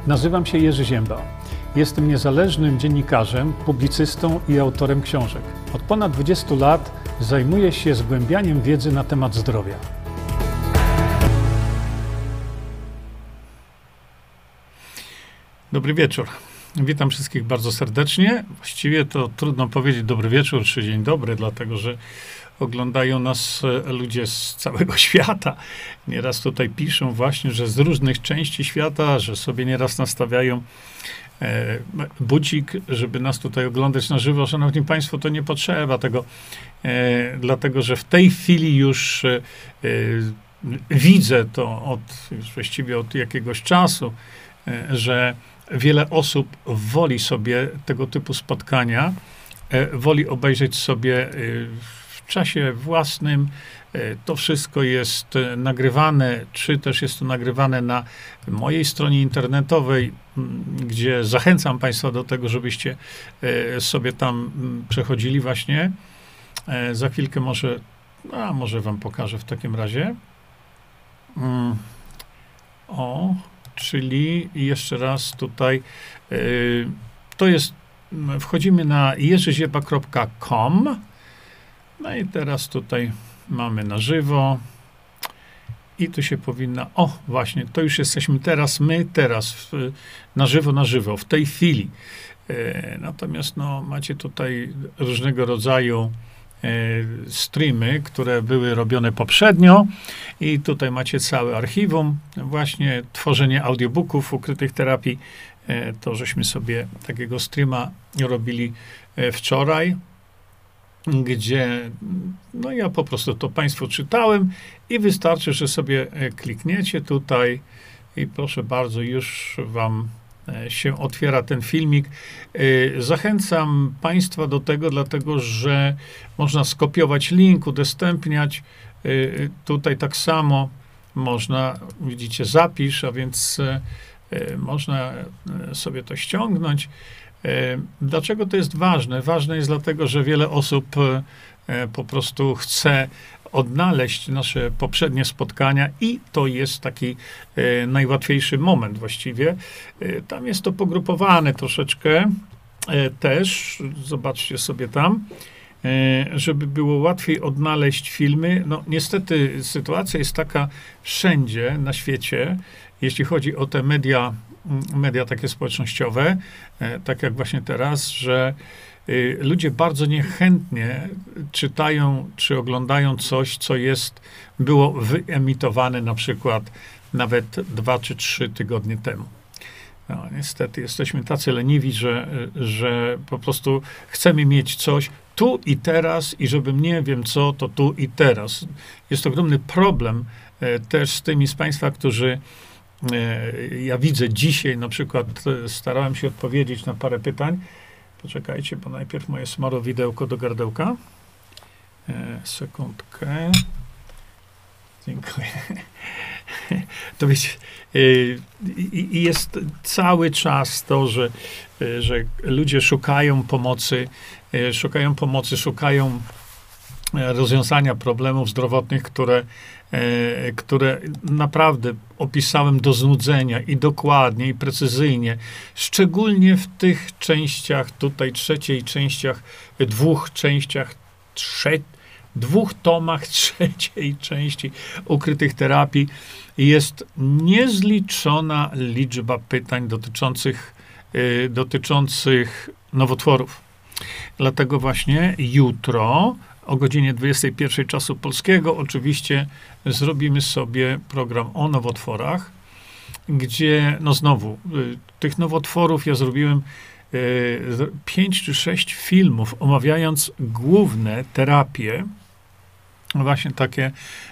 Nazywam się Jerzy Ziemba. Jestem niezależnym dziennikarzem, publicystą i autorem książek. Od ponad 20 lat zajmuję się zgłębianiem wiedzy na temat zdrowia. Dobry wieczór. Witam wszystkich bardzo serdecznie. Właściwie to trudno powiedzieć dobry wieczór czy dzień dobry, dlatego że oglądają nas ludzie z całego świata. Nieraz tutaj piszą właśnie, że z różnych części świata, że sobie nieraz nastawiają budzik, żeby nas tutaj oglądać na żywo. Szanowni Państwo, to nie potrzeba tego, dlatego że w tej chwili już widzę to już właściwie od jakiegoś czasu, że wiele osób woli sobie tego typu spotkania, woli obejrzeć sobie w czasie własnym. To wszystko jest nagrywane, czy też jest to nagrywane na mojej stronie internetowej, gdzie zachęcam Państwa do tego, żebyście sobie tam przechodzili właśnie. Za chwilkę może Wam pokażę w takim razie. Czyli jeszcze raz tutaj, to jest, wchodzimy na jerzyzieba.com, no i teraz tutaj mamy na żywo i tu się powinna, właśnie, to już jesteśmy teraz, na żywo, w tej chwili. Natomiast macie tutaj różnego rodzaju streamy, które były robione poprzednio i tutaj macie całe archiwum, właśnie tworzenie audiobooków ukrytych terapii. To żeśmy sobie takiego streama robili wczoraj, gdzie ja po prostu to Państwu czytałem i wystarczy, że sobie klikniecie tutaj i proszę bardzo, już Wam się otwiera ten filmik. Zachęcam Państwa do tego, dlatego że można skopiować link, udostępniać. Tutaj tak samo można, widzicie, zapisz, a więc można sobie to ściągnąć. Dlaczego to jest ważne? Ważne jest dlatego, że wiele osób po prostu chce odnaleźć nasze poprzednie spotkania i to jest taki najłatwiejszy moment właściwie. Tam jest to pogrupowane troszeczkę też, zobaczcie sobie tam, żeby było łatwiej odnaleźć filmy. Niestety sytuacja jest taka wszędzie na świecie, jeśli chodzi o te media takie społecznościowe, tak jak właśnie teraz, że ludzie bardzo niechętnie czytają czy oglądają coś, co było wyemitowane na przykład nawet 2 czy 3 tygodnie temu. Niestety jesteśmy tacy leniwi, że po prostu chcemy mieć coś tu i teraz i żebym nie wiem co, to tu i teraz. Jest ogromny problem też z tymi z Państwa, którzy ja widzę dzisiaj, na przykład starałem się odpowiedzieć na parę pytań. Poczekajcie, bo najpierw moje smarowidełko do gardełka. Sekundkę. Dziękuję. To wiecie, jest cały czas to, że ludzie szukają pomocy, szukają rozwiązania problemów zdrowotnych, które naprawdę opisałem do znudzenia i dokładnie, i precyzyjnie. Szczególnie w tych częściach, tutaj trzeciej częściach, dwóch tomach trzeciej części ukrytych terapii jest niezliczona liczba pytań dotyczących nowotworów. Dlatego właśnie jutro o godzinie 21 czasu polskiego oczywiście zrobimy sobie program o nowotworach, gdzie, znowu, tych nowotworów ja zrobiłem 5 czy 6 filmów, omawiając główne terapie, właśnie takie,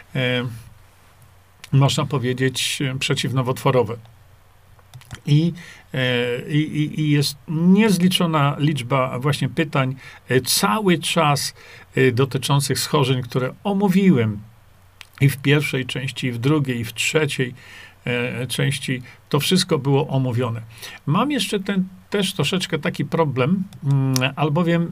można powiedzieć, przeciwnowotworowe. I jest niezliczona liczba właśnie pytań cały czas dotyczących schorzeń, które omówiłem i w pierwszej części, i w drugiej, i w trzeciej części. To wszystko było omówione. Mam jeszcze też troszeczkę taki problem, albowiem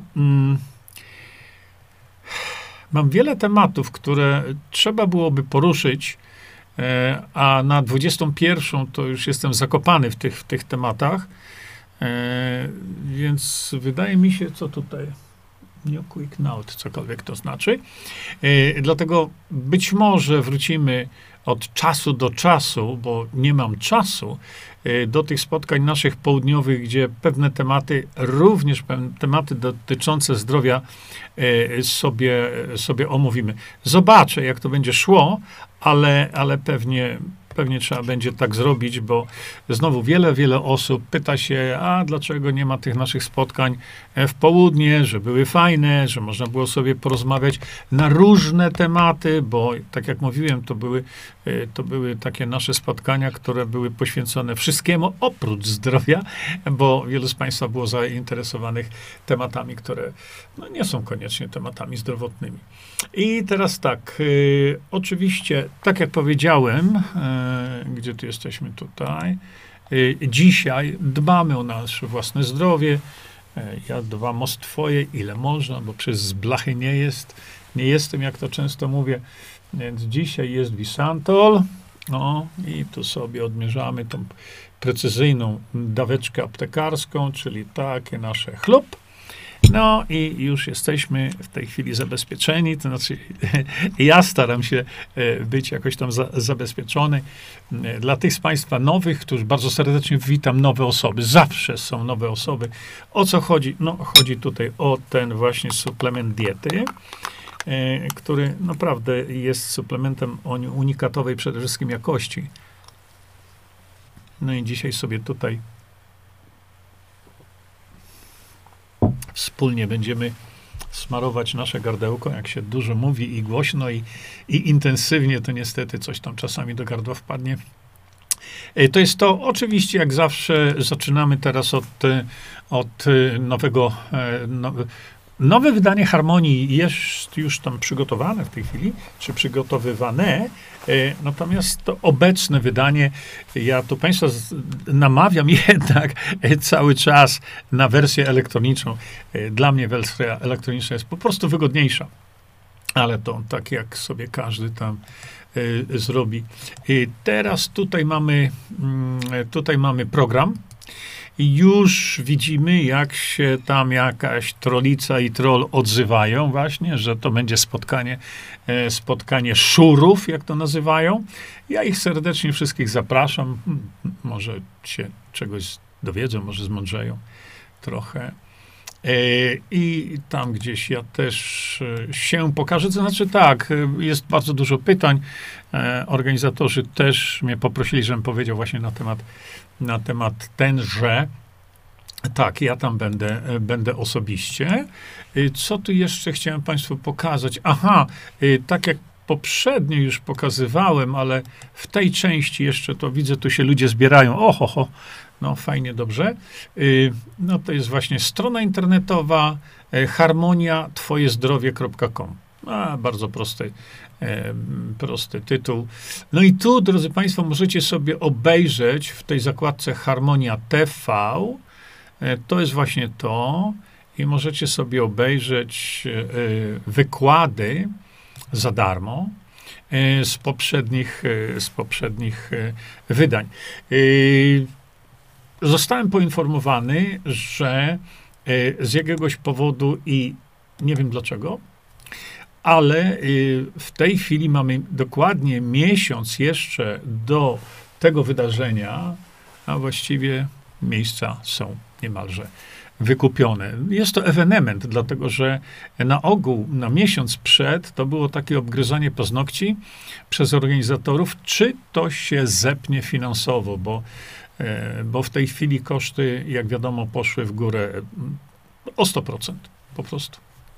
mam wiele tematów, które trzeba byłoby poruszyć a na 21 to już jestem zakopany w tych tematach. Więc wydaje mi się, co tutaj New Quick Note, cokolwiek to znaczy. Dlatego być może wrócimy od czasu do czasu, bo nie mam czasu, do tych spotkań naszych południowych, gdzie pewne tematy, również pewne tematy dotyczące zdrowia sobie omówimy. Zobaczę, jak to będzie szło, ale pewnie trzeba będzie tak zrobić, bo znowu wiele osób pyta się, a dlaczego nie ma tych naszych spotkań w południe, że były fajne, że można było sobie porozmawiać na różne tematy, bo tak jak mówiłem, to były takie nasze spotkania, które były poświęcone wszystkiemu oprócz zdrowia, bo wielu z Państwa było zainteresowanych tematami, które no, nie są koniecznie tematami zdrowotnymi. I teraz tak, oczywiście, tak jak powiedziałem, gdzie tu jesteśmy tutaj, dzisiaj dbamy o nasze własne zdrowie. Ja dbam o swoje, ile można, bo przez blachy nie jestem, jak to często mówię. Więc dzisiaj jest Visantol. No i tu sobie odmierzamy tą precyzyjną daweczkę aptekarską, czyli takie nasze chlub. No i już jesteśmy w tej chwili zabezpieczeni, to znaczy ja staram się być jakoś tam zabezpieczony. Dla tych z Państwa nowych, którzy bardzo serdecznie witam nowe osoby, zawsze są nowe osoby. O co chodzi? No chodzi tutaj o ten właśnie suplement diety, który naprawdę jest suplementem o unikatowej przede wszystkim jakości. No i dzisiaj sobie tutaj wspólnie będziemy smarować nasze gardełko, jak się dużo mówi i głośno i intensywnie, to niestety coś tam czasami do gardła wpadnie. To jest to, oczywiście jak zawsze zaczynamy teraz od nowego, nowe wydanie Harmonii jest już tam przygotowane w tej chwili, czy przygotowywane, natomiast to obecne wydanie, ja tu Państwa namawiam jednak cały czas na wersję elektroniczną. Dla mnie wersja elektroniczna jest po prostu wygodniejsza, ale to tak jak sobie każdy tam zrobi. Teraz tutaj mamy program. I już widzimy, jak się tam jakaś trolica i troll odzywają właśnie, że to będzie spotkanie szurów, jak to nazywają. Ja ich serdecznie wszystkich zapraszam. Może się czegoś dowiedzą, może zmądrzeją trochę. I tam gdzieś ja też się pokażę. To znaczy tak, jest bardzo dużo pytań. Organizatorzy też mnie poprosili, żebym powiedział właśnie na temat tenże. Tak, ja tam będę osobiście. Co tu jeszcze chciałem Państwu pokazać? Aha, tak jak poprzednio już pokazywałem, ale w tej części jeszcze to widzę, tu się ludzie zbierają. Oho, no fajnie, dobrze. No to jest właśnie strona internetowa harmoniatwojezdrowie.com. Bardzo prosty tytuł. No i tu, drodzy Państwo, możecie sobie obejrzeć w tej zakładce Harmonia TV. To jest właśnie to. I możecie sobie obejrzeć wykłady za darmo z poprzednich wydań. Zostałem poinformowany, że z jakiegoś powodu i nie wiem dlaczego, ale w tej chwili mamy dokładnie miesiąc jeszcze do tego wydarzenia, a właściwie miejsca są niemalże wykupione. Jest to ewenement, dlatego że na ogół, na miesiąc przed, to było takie obgryzanie paznokci przez organizatorów, czy to się zepnie finansowo, bo w tej chwili koszty, jak wiadomo, poszły w górę o 100%, po prostu.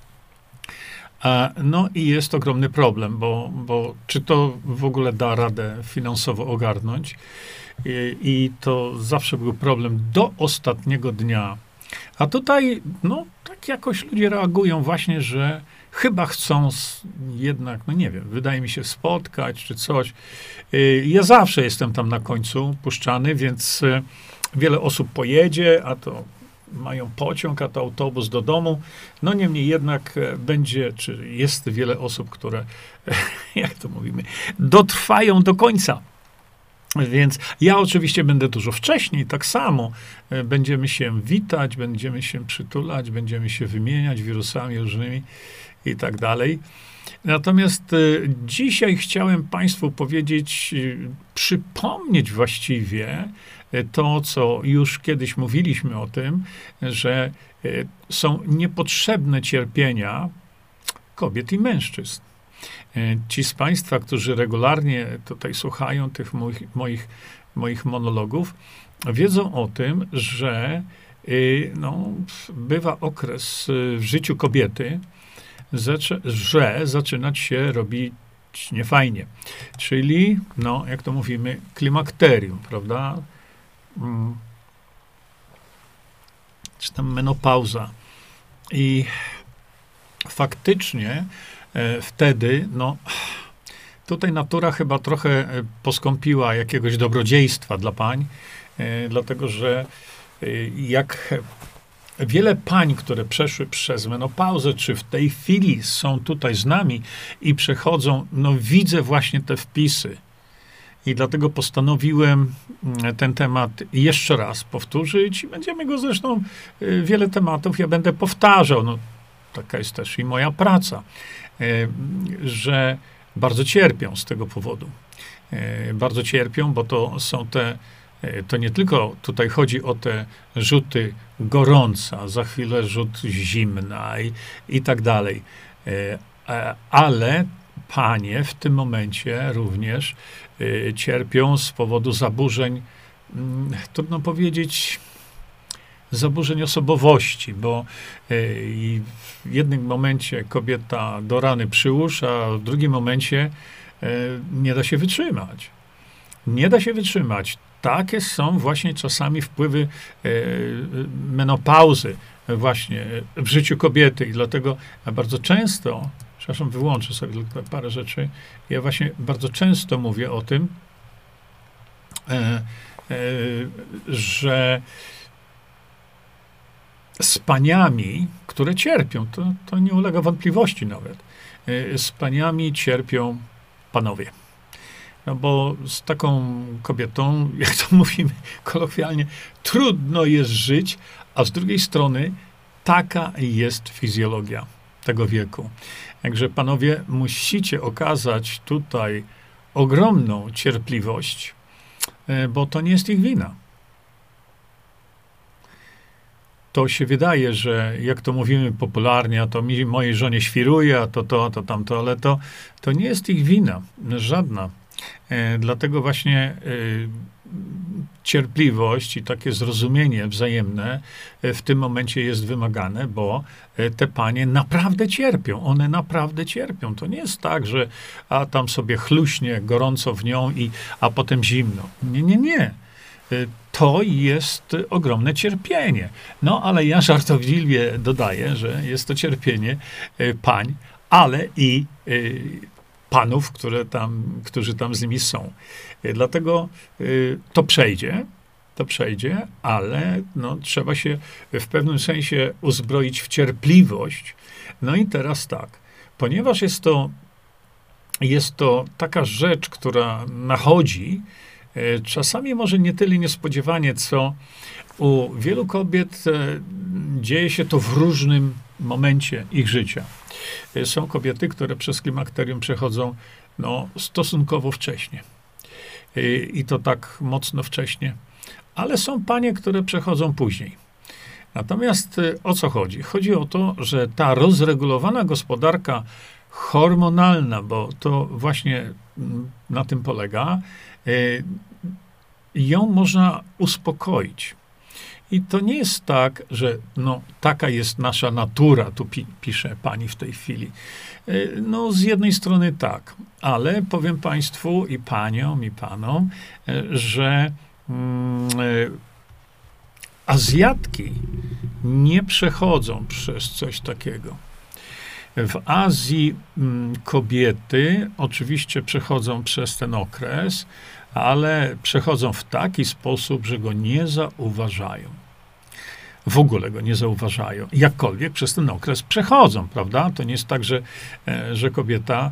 No i jest ogromny problem, bo czy to w ogóle da radę finansowo ogarnąć? I to zawsze był problem do ostatniego dnia. A tutaj, no, tak jakoś ludzie reagują właśnie, że chyba chcą jednak, no nie wiem, wydaje mi się spotkać czy coś. Ja zawsze jestem tam na końcu puszczany, więc wiele osób pojedzie, a to mają pociąg, a to autobus do domu. No niemniej jednak będzie, czy jest wiele osób, które, jak to mówimy, dotrwają do końca. Więc ja oczywiście będę dużo wcześniej, tak samo. Będziemy się witać, będziemy się przytulać, będziemy się wymieniać wirusami różnymi i tak dalej. Natomiast dzisiaj chciałem Państwu powiedzieć, przypomnieć właściwie to, co już kiedyś mówiliśmy o tym, że są niepotrzebne cierpienia kobiet i mężczyzn. Ci z Państwa, którzy regularnie tutaj słuchają tych moich monologów, wiedzą o tym, że no, bywa okres w życiu kobiety, że zaczynać się robić niefajnie. Czyli, no, jak to mówimy, klimakterium, prawda? Czy tam menopauza. I faktycznie wtedy, no, tutaj natura chyba trochę poskąpiła jakiegoś dobrodziejstwa dla pań, dlatego że jak wiele pań, które przeszły przez menopauzę, czy w tej chwili są tutaj z nami i przechodzą, no widzę właśnie te wpisy. I dlatego postanowiłem ten temat jeszcze raz powtórzyć. Będziemy go zresztą, wiele tematów ja będę powtarzał. No, taka jest też i moja praca, że bardzo cierpią z tego powodu. Bardzo cierpią, bo to są to nie tylko tutaj chodzi o te rzuty gorąca, za chwilę rzut zimna i tak dalej. Ale panie w tym momencie również cierpią z powodu zaburzeń, trudno powiedzieć, zaburzeń osobowości, bo w jednym momencie kobieta do rany przyłóż, a w drugim momencie nie da się wytrzymać. Nie da się wytrzymać. Takie są właśnie czasami wpływy menopauzy właśnie w życiu kobiety i dlatego ja bardzo często, przepraszam, wyłączę sobie tylko parę rzeczy, ja właśnie bardzo często mówię o tym, że z paniami, które cierpią, to nie ulega wątpliwości nawet, z paniami cierpią panowie. No bo z taką kobietą, jak to mówimy kolokwialnie, trudno jest żyć, a z drugiej strony taka jest fizjologia tego wieku. Także panowie, musicie okazać tutaj ogromną cierpliwość, bo to nie jest ich wina. To się wydaje, że jak to mówimy popularnie, a to mojej żonie świruje, a to tamto, ale to nie jest ich wina, żadna. Dlatego właśnie cierpliwość i takie zrozumienie wzajemne w tym momencie jest wymagane, bo te panie naprawdę cierpią. One naprawdę cierpią. To nie jest tak, że a tam sobie chluśnie gorąco w nią, a potem zimno. Nie, nie, nie. To jest ogromne cierpienie. No, ale ja żartobliwie dodaję, że jest to cierpienie pań, ale i panów, którzy tam z nimi są. Dlatego to przejdzie, ale no, trzeba się w pewnym sensie uzbroić w cierpliwość. No i teraz tak, ponieważ jest to taka rzecz, która nachodzi, czasami może nie tyle niespodziewanie, co u wielu kobiet dzieje się to w różnym momencie ich życia. Są kobiety, które przez klimakterium przechodzą no, stosunkowo wcześnie. I to tak mocno wcześnie. Ale są panie, które przechodzą później. Natomiast o co chodzi? Chodzi o to, że ta rozregulowana gospodarka hormonalna, bo to właśnie na tym polega, ją można uspokoić. I to nie jest tak, że no, taka jest nasza natura, tu pisze pani w tej chwili. No, z jednej strony tak, ale powiem państwu i paniom, i panom, że Azjatki nie przechodzą przez coś takiego. W Azji kobiety oczywiście przechodzą przez ten okres, ale przechodzą w taki sposób, że go nie zauważają. w ogóle go nie zauważają. Jakkolwiek przez ten okres przechodzą, prawda? To nie jest tak, że kobieta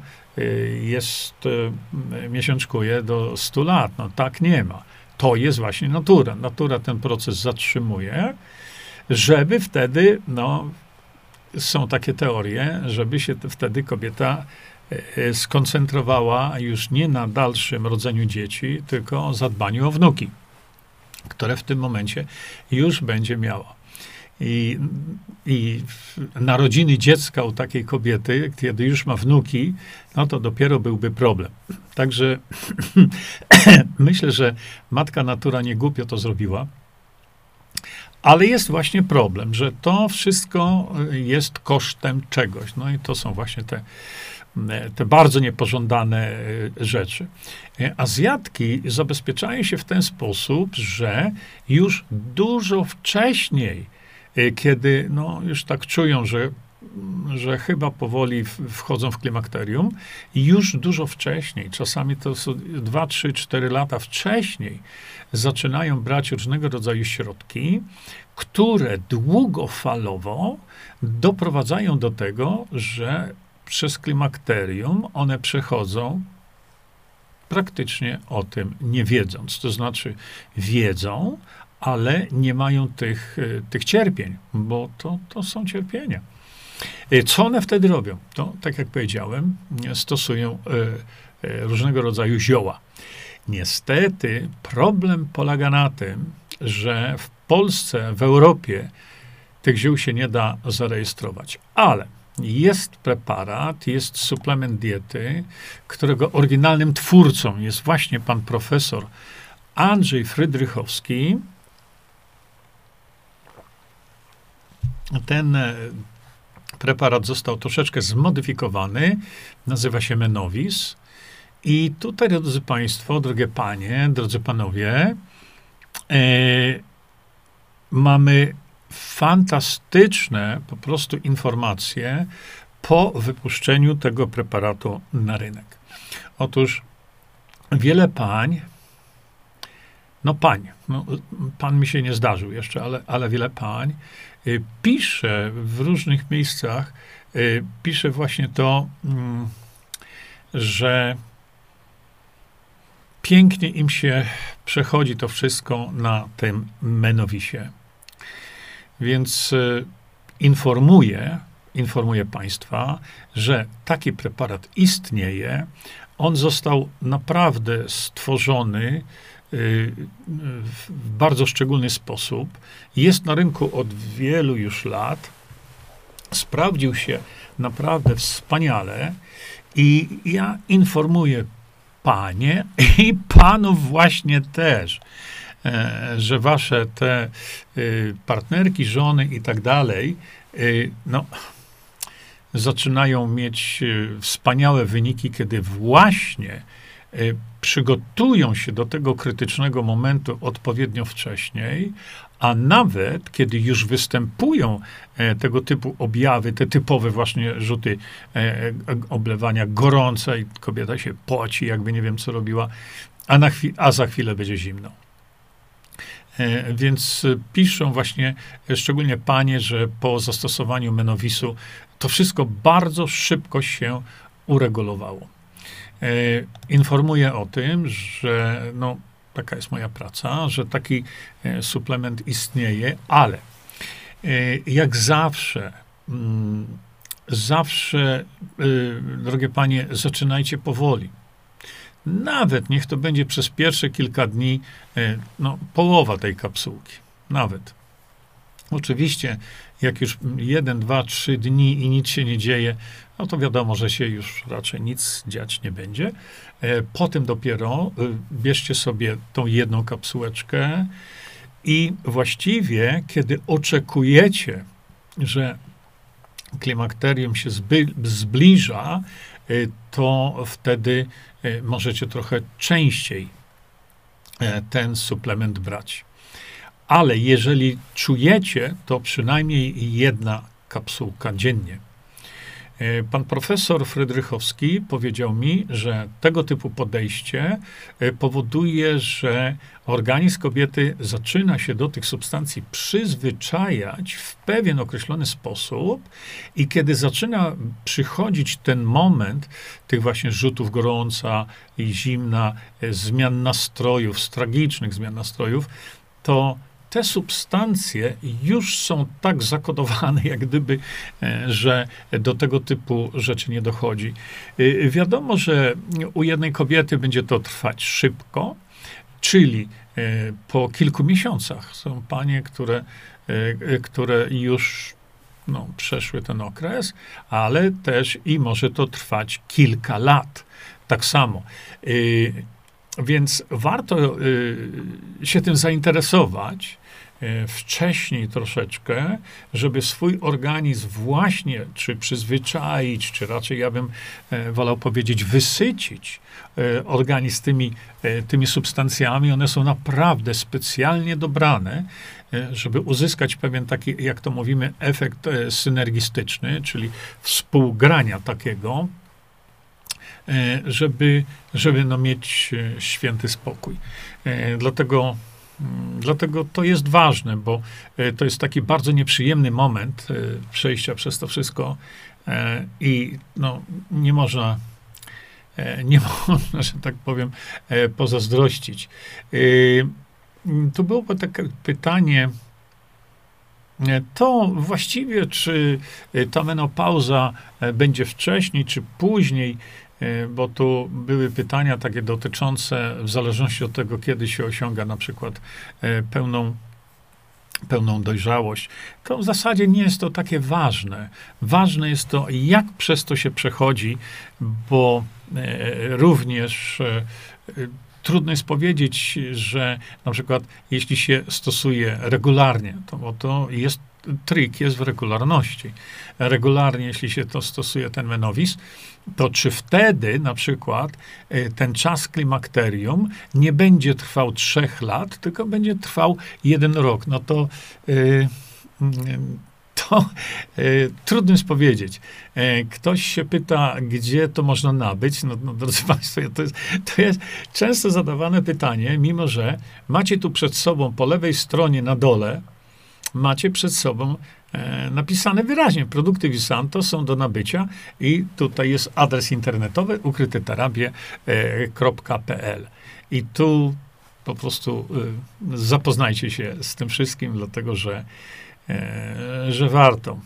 miesiączkuje do 100 lat. No tak nie ma. To jest właśnie natura. Natura ten proces zatrzymuje, żeby wtedy, no, są takie teorie, żeby się wtedy kobieta skoncentrowała już nie na dalszym rodzeniu dzieci, tylko o zadbaniu o wnuki, które w tym momencie już będzie miała. I narodziny dziecka u takiej kobiety, kiedy już ma wnuki, no to dopiero byłby problem. Także myślę, że matka natura nie głupio to zrobiła, ale jest właśnie problem, że to wszystko jest kosztem czegoś. No i to są właśnie te bardzo niepożądane rzeczy. Azjatki zabezpieczają się w ten sposób, że już dużo wcześniej, kiedy no, już tak czują, że chyba powoli wchodzą w klimakterium, już dużo wcześniej, czasami to są 2, 3, 4 lata wcześniej, zaczynają brać różnego rodzaju środki, które długofalowo doprowadzają do tego, że przez klimakterium one przechodzą praktycznie o tym nie wiedząc. To znaczy wiedzą, ale nie mają tych cierpień, bo to są cierpienia. Co one wtedy robią? To, tak jak powiedziałem, stosują różnego rodzaju zioła. Niestety problem polega na tym, że w Polsce, w Europie tych ziół się nie da zarejestrować, ale jest preparat, jest suplement diety, którego oryginalnym twórcą jest właśnie pan profesor Andrzej Frydrychowski. Ten preparat został troszeczkę zmodyfikowany, nazywa się Menovis. I tutaj, drodzy państwo, drogie panie, drodzy panowie, mamy fantastyczne po prostu informacje po wypuszczeniu tego preparatu na rynek. Otóż wiele pań, pan mi się nie zdarzył jeszcze, ale wiele pań pisze w różnych miejscach, pisze właśnie to, że pięknie im się przechodzi to wszystko na tym Menovisie. Więc informuję państwa, że taki preparat istnieje. On został naprawdę stworzony w bardzo szczególny sposób. Jest na rynku od wielu już lat. Sprawdził się naprawdę wspaniale i ja informuję panie i panów właśnie też, że wasze te partnerki, żony i tak dalej, no, zaczynają mieć wspaniałe wyniki, kiedy właśnie przygotują się do tego krytycznego momentu odpowiednio wcześniej, a nawet kiedy już występują tego typu objawy, te typowe właśnie rzuty oblewania gorące i kobieta się poci, jakby nie wiem co robiła, a za chwilę będzie zimno. Więc piszą właśnie, szczególnie panie, że po zastosowaniu Menovisu to wszystko bardzo szybko się uregulowało. Informuję o tym, że no, taka jest moja praca, że taki suplement istnieje, ale jak zawsze, drogie panie, zaczynajcie powoli. Nawet niech to będzie przez pierwsze kilka dni, no, połowa tej kapsułki. Nawet. Oczywiście, jak już 1, 2, 3 dni i nic się nie dzieje, no to wiadomo, że się już raczej nic dziać nie będzie. Potem dopiero bierzcie sobie tą jedną kapsułeczkę i właściwie, kiedy oczekujecie, że klimakterium się zbliża, to wtedy możecie trochę częściej ten suplement brać. Ale jeżeli czujecie, to przynajmniej jedna kapsułka dziennie. Pan profesor Frydrychowski powiedział mi, że tego typu podejście powoduje, że organizm kobiety zaczyna się do tych substancji przyzwyczajać w pewien określony sposób i kiedy zaczyna przychodzić ten moment tych właśnie rzutów gorąca i zimna, zmian nastrojów, tragicznych zmian nastrojów, to te substancje już są tak zakodowane, jak gdyby, że do tego typu rzeczy nie dochodzi. Wiadomo, że u jednej kobiety będzie to trwać szybko, czyli po kilku miesiącach. Są panie, które już przeszły ten okres, ale też i może to trwać kilka lat. Tak samo. Więc warto się tym zainteresować wcześniej troszeczkę, żeby swój organizm właśnie, czy przyzwyczaić, czy raczej ja bym wolał powiedzieć wysycić organizm tymi substancjami. One są naprawdę specjalnie dobrane, żeby uzyskać pewien taki, jak to mówimy, efekt synergistyczny, czyli współgrania takiego, żeby mieć święty spokój. Dlatego to jest ważne, bo to jest taki bardzo nieprzyjemny moment przejścia przez to wszystko i nie można, że tak powiem, pozazdrościć. Tu było takie pytanie, to właściwie, czy ta menopauza będzie wcześniej, czy później, bo tu były pytania takie dotyczące, w zależności od tego, kiedy się osiąga na przykład pełną dojrzałość, to w zasadzie nie jest to takie ważne. Ważne jest to, jak przez to się przechodzi, bo również trudno jest powiedzieć, że na przykład jeśli się stosuje regularnie, to jest trik jest w regularności. Regularnie, jeśli się to stosuje ten menowis, to czy wtedy na przykład ten czas klimakterium nie będzie trwał 3 lat, tylko będzie trwał 1 rok. Trudno jest powiedzieć. Ktoś się pyta, gdzie to można nabyć. Drodzy Państwo, to jest często zadawane pytanie, mimo że macie tu przed sobą po lewej stronie na dole, macie przed sobą napisane wyraźnie, produkty Visanto są do nabycia i tutaj jest adres internetowy ukryteterapie.pl i tu po prostu zapoznajcie się z tym wszystkim, dlatego że warto.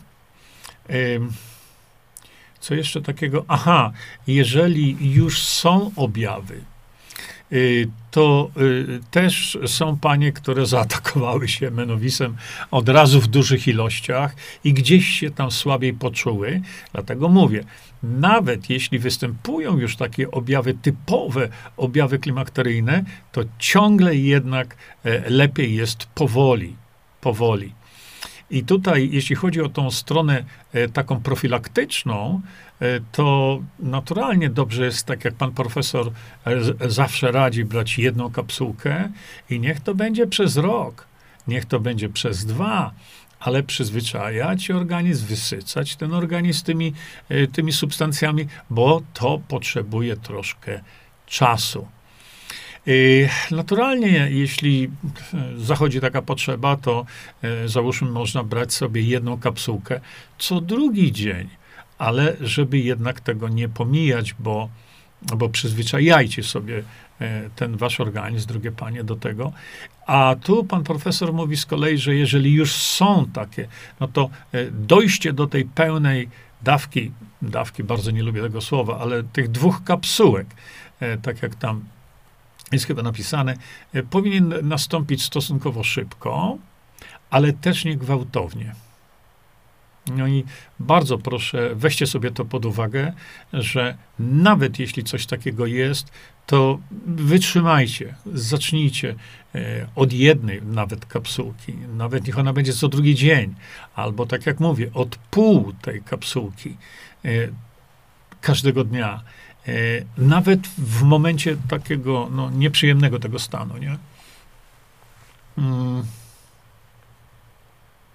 Co jeszcze takiego? Aha, jeżeli już są objawy, to też są panie, które zaatakowały się menowisem od razu w dużych ilościach i gdzieś się tam słabiej poczuły. Dlatego mówię, nawet jeśli występują już takie objawy, typowe objawy klimakteryjne, to ciągle jednak lepiej jest powoli. I tutaj, jeśli chodzi o tą stronę taką profilaktyczną, to naturalnie dobrze jest, tak jak pan profesor zawsze radzi, brać 1 kapsułkę i niech to będzie przez rok, niech to będzie przez 2, ale przyzwyczajać organizm, wysycać ten organizm tymi substancjami, bo to potrzebuje troszkę czasu. Naturalnie, jeśli zachodzi taka potrzeba, to załóżmy, można brać sobie 1 kapsułkę co drugi dzień, ale żeby jednak tego nie pomijać, bo przyzwyczajajcie sobie ten wasz organizm, drogie panie, do tego. A tu pan profesor mówi z kolei, że jeżeli już są takie, no to dojście do tej pełnej dawki, bardzo nie lubię tego słowa, ale tych 2 kapsułek, tak jak tam jest chyba napisane, powinien nastąpić stosunkowo szybko, ale też nie gwałtownie. No i bardzo proszę, weźcie sobie to pod uwagę, że nawet jeśli coś takiego jest, to wytrzymajcie, zacznijcie od 1 nawet kapsułki, nawet niech ona będzie co drugi dzień, albo tak jak mówię, od pół tej kapsułki każdego dnia. Nawet w momencie takiego nieprzyjemnego tego stanu, nie?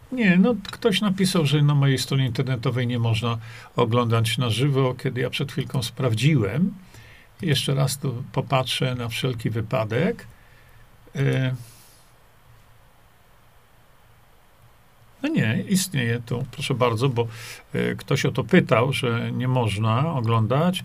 Nie, no ktoś napisał, że na mojej stronie internetowej nie można oglądać na żywo, kiedy ja przed chwilką sprawdziłem. Jeszcze raz tu popatrzę na wszelki wypadek. No nie, istnieje tu, proszę bardzo, bo ktoś o to pytał, że nie można oglądać.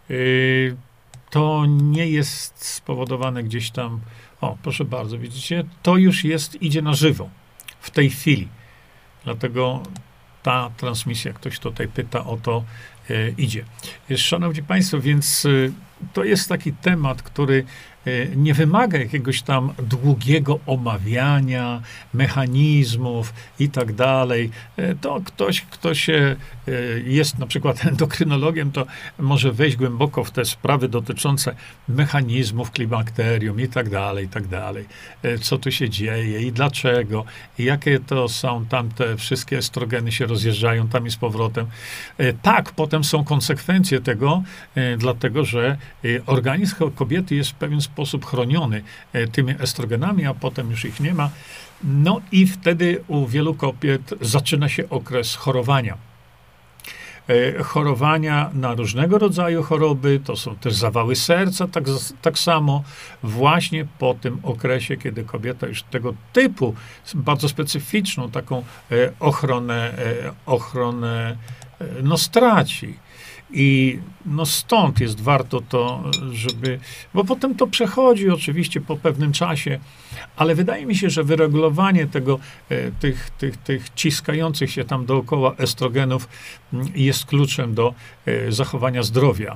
To nie jest spowodowane gdzieś tam. O, proszę bardzo, widzicie, to już idzie na żywo w tej chwili. Dlatego ta transmisja, ktoś tutaj pyta o to, idzie. Szanowni Państwo, więc to jest taki temat, który nie wymaga jakiegoś tam długiego omawiania mechanizmów i tak dalej. To ktoś, kto się jest na przykład endokrynologiem, to może wejść głęboko w te sprawy dotyczące mechanizmów klimakterium i tak dalej, i tak dalej. Co tu się dzieje i dlaczego, i jakie to są tam te wszystkie estrogeny się rozjeżdżają tam i z powrotem. Tak, potem są konsekwencje tego, dlatego że organizm kobiety jest w pewien sposób chroniony tymi estrogenami, a potem już ich nie ma. No i wtedy u wielu kobiet zaczyna się okres chorowania. Chorowania na różnego rodzaju choroby, to są też zawały serca, tak samo właśnie po tym okresie, kiedy kobieta już tego typu, bardzo specyficzną taką ochronę no straci. I no stąd jest warto to, bo potem to przechodzi oczywiście po pewnym czasie, ale wydaje mi się, że wyregulowanie tych ciskających się tam dookoła estrogenów jest kluczem do zachowania zdrowia.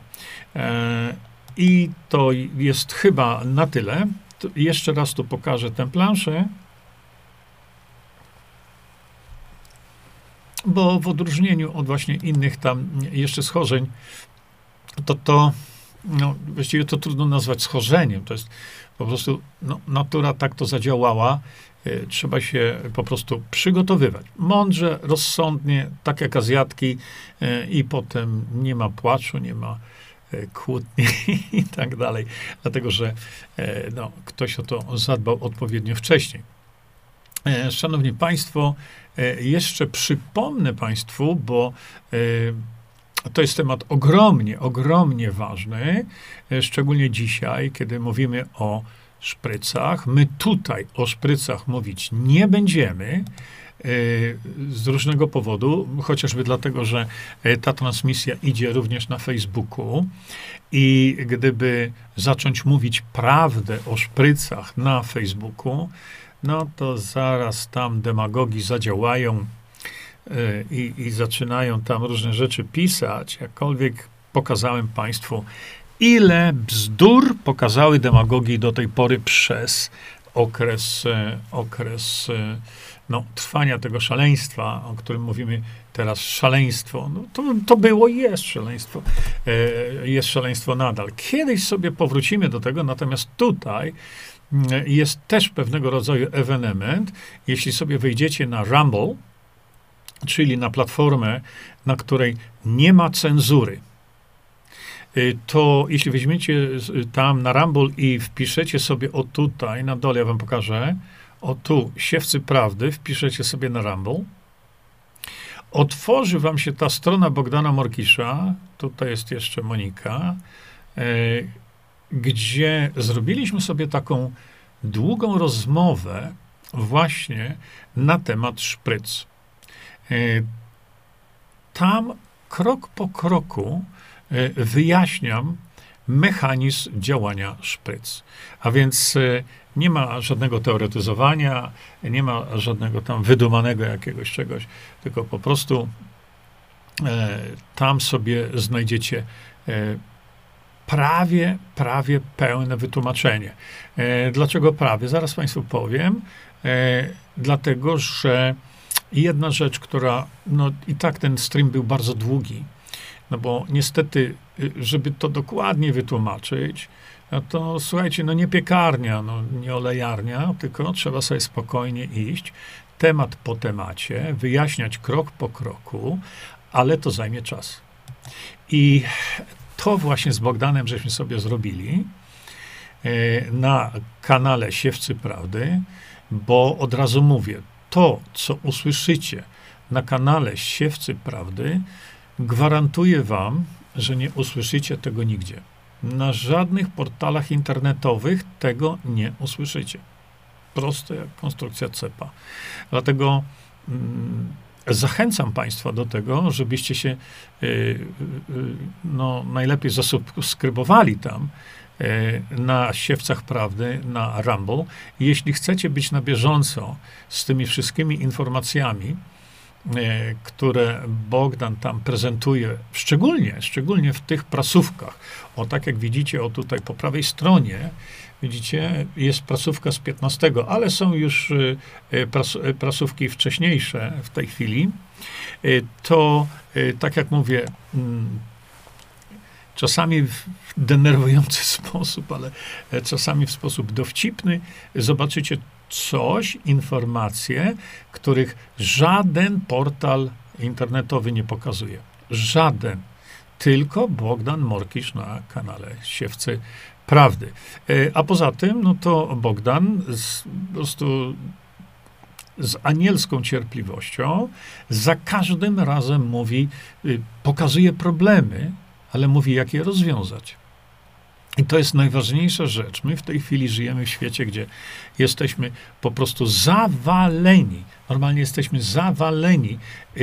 I to jest chyba na tyle. Jeszcze raz tu pokażę tę planszę. Bo w odróżnieniu od właśnie innych tam jeszcze schorzeń, no, właściwie to trudno nazwać schorzeniem. To jest po prostu, no, natura tak to zadziałała. Trzeba się po prostu przygotowywać. Mądrze, rozsądnie, tak jak Azjatki i potem nie ma płaczu, nie ma kłótni i tak dalej. Dlatego, że no, ktoś o to zadbał odpowiednio wcześniej. Szanowni Państwo, jeszcze przypomnę Państwu, bo to jest temat ogromnie ważny, szczególnie dzisiaj, kiedy mówimy o szprycach. My tutaj o szprycach mówić nie będziemy z różnego powodu, chociażby dlatego, że ta transmisja idzie również na Facebooku i gdyby zacząć mówić prawdę o szprycach na Facebooku, no to zaraz tam demagogi zadziałają i zaczynają tam różne rzeczy pisać. Jakkolwiek pokazałem Państwu, ile bzdur pokazały demagogi do tej pory przez okres no, trwania tego szaleństwa, o którym mówimy teraz, szaleństwo. No, to było i jest szaleństwo. Jest szaleństwo nadal. Kiedyś sobie powrócimy do tego, natomiast tutaj jest też pewnego rodzaju ewenement. Jeśli sobie wejdziecie na Rumble, czyli na platformę, na której nie ma cenzury, to jeśli weźmiecie tam na Rumble i wpiszecie sobie o tutaj, na dole ja wam pokażę, o tu, Siewcy Prawdy, wpiszecie sobie na Rumble, otworzy wam się ta strona Bogdana Morkisza, tutaj jest jeszcze Monika, gdzie zrobiliśmy sobie taką długą rozmowę właśnie na temat szpryc. Tam krok po kroku wyjaśniam mechanizm działania szpryc. A więc nie ma żadnego teoretyzowania, nie ma żadnego tam wydumanego jakiegoś czegoś, tylko po prostu tam sobie znajdziecie prawie pełne wytłumaczenie. Dlaczego prawie? Zaraz Państwu powiem. Dlatego, że jedna rzecz, która, no i tak ten stream był bardzo długi, no bo niestety, żeby to dokładnie wytłumaczyć, no to słuchajcie, no nie piekarnia, no nie olejarnia, tylko trzeba sobie spokojnie iść, temat po temacie, wyjaśniać krok po kroku, ale to zajmie czas. I to właśnie z Bogdanem żeśmy sobie zrobili na kanale Siewcy Prawdy, bo od razu mówię, to, co usłyszycie na kanale Siewcy Prawdy, gwarantuję wam, że nie usłyszycie tego nigdzie. Na żadnych portalach internetowych tego nie usłyszycie. Proste jak konstrukcja cepa. Dlatego zachęcam państwa do tego, żebyście się najlepiej zasubskrybowali tam na Siewcach Prawdy, na Rumble. Jeśli chcecie być na bieżąco z tymi wszystkimi informacjami, które Bogdan tam prezentuje, szczególnie w tych prasówkach. O, tak jak widzicie, o tutaj po prawej stronie, widzicie, jest prasówka z 15, ale są już prasówki wcześniejsze w tej chwili. To, tak jak mówię, czasami w denerwujący sposób, ale czasami w sposób dowcipny, zobaczycie informacje, których żaden portal internetowy nie pokazuje. Żaden. Tylko Bogdan Morkisz na kanale Siewcy Prawdy. A poza tym, no to Bogdan po prostu z anielską cierpliwością za każdym razem mówi, pokazuje problemy, ale mówi, jak je rozwiązać. I to jest najważniejsza rzecz. My w tej chwili żyjemy w świecie, gdzie jesteśmy po prostu zawaleni. Normalnie jesteśmy zawaleni.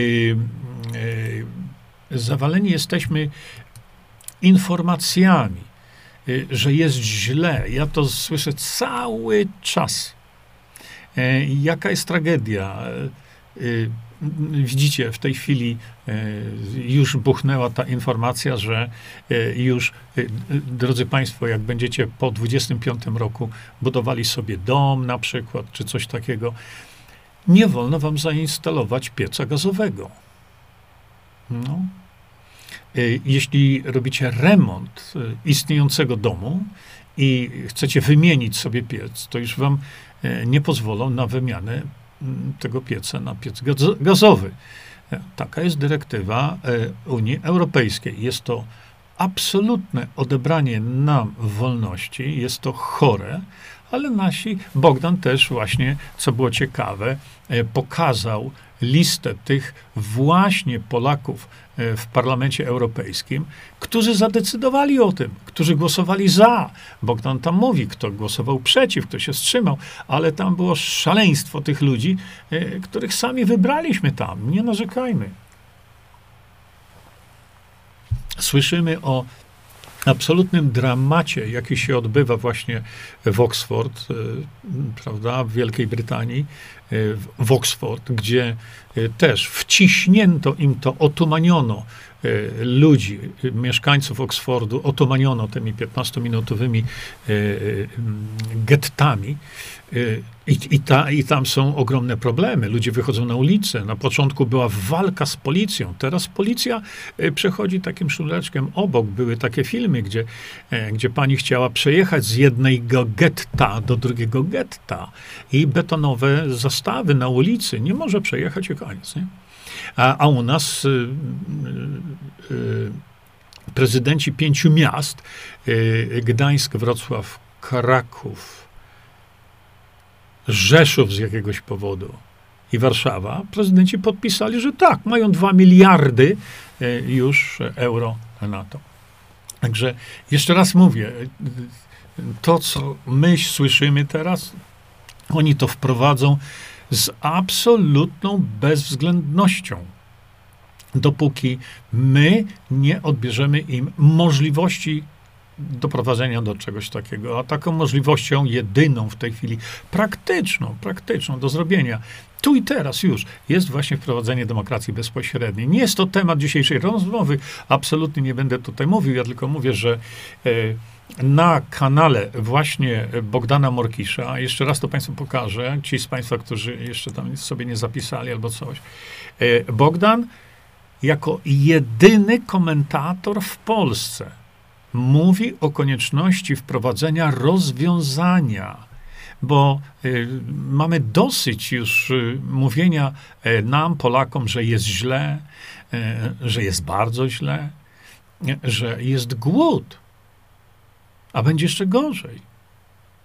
Zawaleni jesteśmy informacjami, że jest źle. Ja to słyszę cały czas. Jaka jest tragedia? Widzicie, w tej chwili już buchnęła ta informacja, że już, drodzy Państwo, jak będziecie po 25 roku budowali sobie dom na przykład, czy coś takiego, nie wolno wam zainstalować pieca gazowego. No. Jeśli robicie remont istniejącego domu i chcecie wymienić sobie piec, to już wam nie pozwolą na wymianę tego pieca na piec gazowy. Taka jest dyrektywa Unii Europejskiej. Jest to absolutne odebranie nam wolności, jest to chore, ale Bogdan też właśnie, co było ciekawe, pokazał listę tych właśnie Polaków w Parlamencie Europejskim, którzy zadecydowali o tym, którzy głosowali za. Bogdan tam mówi, kto głosował przeciw, kto się wstrzymał, ale tam było szaleństwo tych ludzi, których sami wybraliśmy tam. Nie narzekajmy. Słyszymy o absolutnym dramacie, jaki się odbywa właśnie w Oxford, prawda, w Wielkiej Brytanii, w Oxford, gdzie też wciśnięto im to, otumaniono ludzi, mieszkańców Oxfordu, otumaniono tymi 15-minutowymi gettami. I tam są ogromne problemy. Ludzie wychodzą na ulicę. Na początku była walka z policją. Teraz policja przechodzi takim szuleczkiem obok. Były takie filmy, gdzie pani chciała przejechać z jednego getta do drugiego getta i betonowe zastawy na ulicy. Nie może przejechać i koniec. Nie? A u nas prezydenci 5 miast, Gdańsk, Wrocław, Kraków, Rzeszów z jakiegoś powodu i Warszawa, prezydenci podpisali, że tak, mają 2 miliardy już euro na to. Także jeszcze raz mówię, to co my słyszymy teraz, oni to wprowadzą z absolutną bezwzględnością, dopóki my nie odbierzemy im możliwości doprowadzenia do czegoś takiego. A taką możliwością jedyną w tej chwili, praktyczną do zrobienia, tu i teraz już, jest właśnie wprowadzenie demokracji bezpośredniej. Nie jest to temat dzisiejszej rozmowy, absolutnie nie będę tutaj mówił, ja tylko mówię, że na kanale właśnie Bogdana Morkisza, jeszcze raz to Państwu pokażę, ci z Państwa, którzy jeszcze tam sobie nie zapisali albo coś, Bogdan jako jedyny komentator w Polsce mówi o konieczności wprowadzenia rozwiązania, bo mamy dosyć już mówienia nam, Polakom, że jest źle, że jest bardzo źle, że jest głód, a będzie jeszcze gorzej.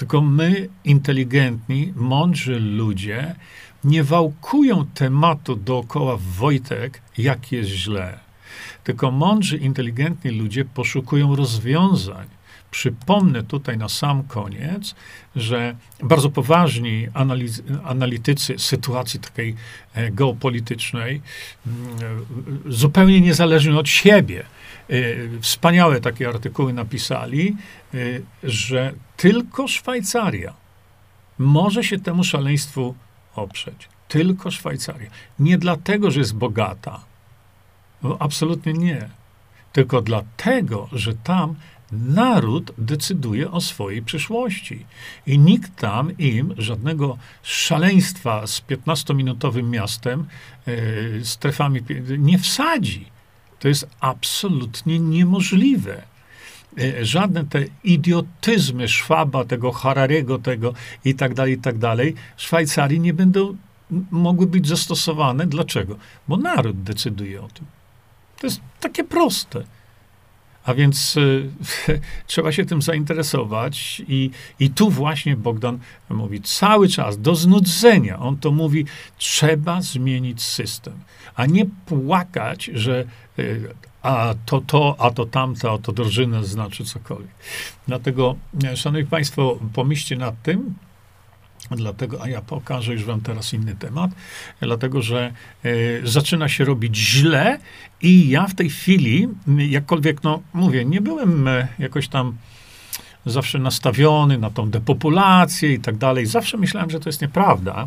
Tylko my, inteligentni, mądrzy ludzie, nie wałkują tematu dookoła Wojtek, jak jest źle. Tylko mądrzy, inteligentni ludzie poszukują rozwiązań. Przypomnę tutaj na sam koniec, że bardzo poważni analitycy sytuacji takiej geopolitycznej, zupełnie niezależnie od siebie, wspaniałe takie artykuły napisali, że tylko Szwajcaria może się temu szaleństwu oprzeć. Tylko Szwajcaria. Nie dlatego, że jest bogata. No, absolutnie nie. Tylko dlatego, że tam naród decyduje o swojej przyszłości. I nikt tam im żadnego szaleństwa z 15-minutowym miastem, strefami nie wsadzi. To jest absolutnie niemożliwe. Żadne te idiotyzmy Schwaba, tego Harariego, tego i tak dalej, w Szwajcarii nie będą mogły być zastosowane. Dlaczego? Bo naród decyduje o tym. To jest takie proste. A więc trzeba się tym zainteresować i tu właśnie Bogdan mówi cały czas, do znudzenia. On to mówi, trzeba zmienić system, a nie płakać, że a to tamto, a to drożyna znaczy cokolwiek. Dlatego, szanowni państwo, pomyślcie nad tym, dlatego, a ja pokażę już wam teraz inny temat, dlatego, że zaczyna się robić źle i ja w tej chwili, jakkolwiek, no mówię, nie byłem jakoś tam zawsze nastawiony na tą depopulację i tak dalej. Zawsze myślałem, że to jest nieprawda.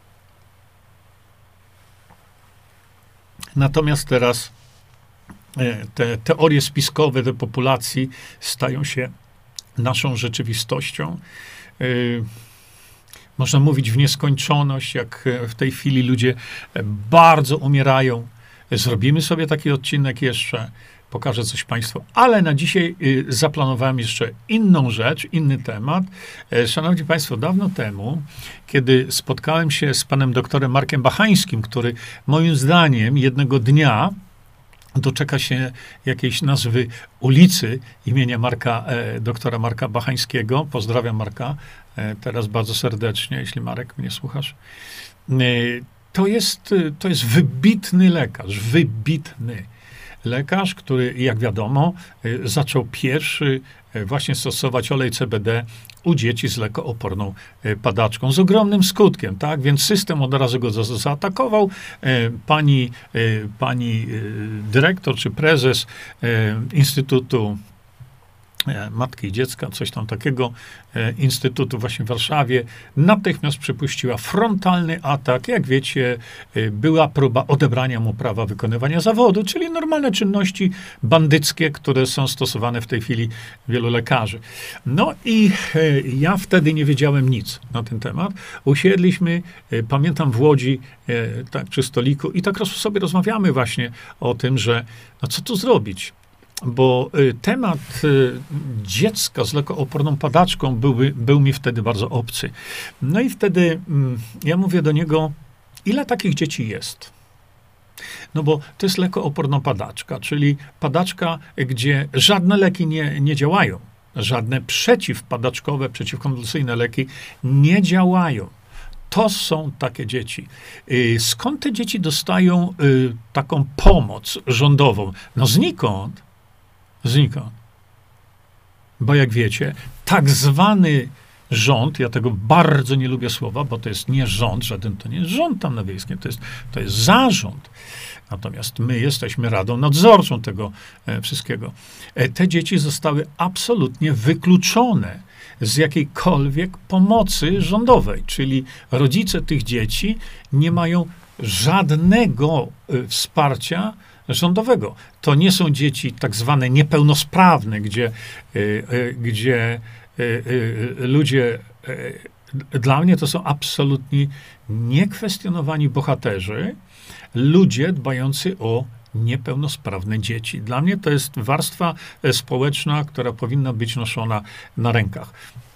Natomiast teraz te teorie spiskowe depopulacji stają się naszą rzeczywistością. Można mówić w nieskończoność, jak w tej chwili ludzie bardzo umierają. Zrobimy sobie taki odcinek jeszcze, pokażę coś państwu, ale na dzisiaj zaplanowałem jeszcze inną rzecz, inny temat. Szanowni państwo, dawno temu, kiedy spotkałem się z panem doktorem Markiem Bachańskim, który moim zdaniem jednego dnia doczeka się jakiejś nazwy ulicy imienia doktora Marka Bachańskiego. Pozdrawiam Marka teraz bardzo serdecznie, jeśli Marek mnie słuchasz. To jest wybitny lekarz, który, jak wiadomo, zaczął pierwszy właśnie stosować olej CBD u dzieci z lekooporną padaczką. Z ogromnym skutkiem, tak? Więc system od razu go zaatakował. Pani dyrektor czy prezes Instytutu Matki i Dziecka, coś tam takiego, Instytutu właśnie w Warszawie, natychmiast przypuściła frontalny atak. Jak wiecie, była próba odebrania mu prawa wykonywania zawodu, czyli normalne czynności bandyckie, które są stosowane w tej chwili wielu lekarzy. No i ja wtedy nie wiedziałem nic na ten temat. Usiedliśmy, pamiętam w Łodzi, tak przy stoliku i tak sobie rozmawiamy właśnie o tym, że no co tu zrobić? Bo temat dziecka z lekooporną padaczką był mi wtedy bardzo obcy. No i wtedy ja mówię do niego, ile takich dzieci jest? No bo to jest lekooporna padaczka, czyli padaczka, gdzie żadne leki nie działają. Żadne przeciwpadaczkowe, przeciwkonwulsyjne leki nie działają. To są takie dzieci. Skąd te dzieci dostają taką pomoc rządową? No znikąd. Znikąd. Bo jak wiecie, tak zwany rząd, ja tego bardzo nie lubię słowa, bo to jest nie rząd, żaden to nie jest rząd tam na Wiejskiem, to jest zarząd. Natomiast my jesteśmy radą nadzorczą tego wszystkiego. Te dzieci zostały absolutnie wykluczone z jakiejkolwiek pomocy rządowej, czyli rodzice tych dzieci nie mają żadnego wsparcia rządowego. To nie są dzieci tak zwane niepełnosprawne, gdzie ludzie, dla mnie to są absolutnie niekwestionowani bohaterzy, ludzie dbający o niepełnosprawne dzieci. Dla mnie to jest warstwa społeczna, która powinna być noszona na rękach.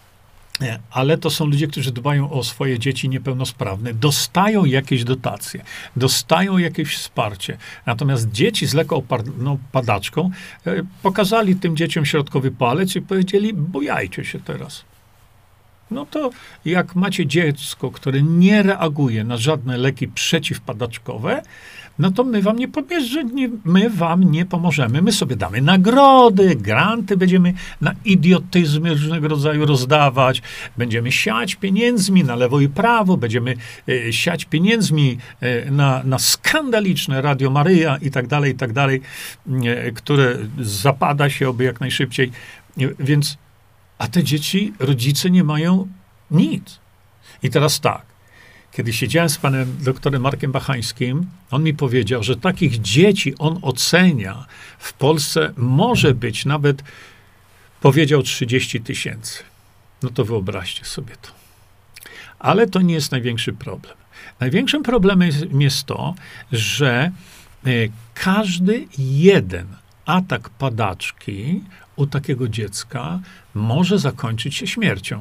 Ale to są ludzie, którzy dbają o swoje dzieci niepełnosprawne, dostają jakieś dotacje, dostają jakieś wsparcie. Natomiast dzieci z lekooporną padaczką pokazali tym dzieciom środkowy palec i powiedzieli, bujajcie się teraz. No to jak macie dziecko, które nie reaguje na żadne leki przeciwpadaczkowe, no to my wam nie pomożemy. My sobie damy nagrody, granty, będziemy na idiotyzmy różnego rodzaju rozdawać, będziemy siać pieniędzmi na lewo i prawo, będziemy siać pieniędzmi na skandaliczne Radio Maryja i tak dalej, które zapada się oby jak najszybciej. Więc, a te dzieci, rodzice nie mają nic. I teraz tak. Kiedy siedziałem z panem doktorem Markiem Bachańskim, on mi powiedział, że takich dzieci on ocenia w Polsce może być nawet, powiedział, 30 000. No to wyobraźcie sobie to. Ale to nie jest największy problem. Największym problemem jest to, że każdy jeden atak padaczki u takiego dziecka może zakończyć się śmiercią.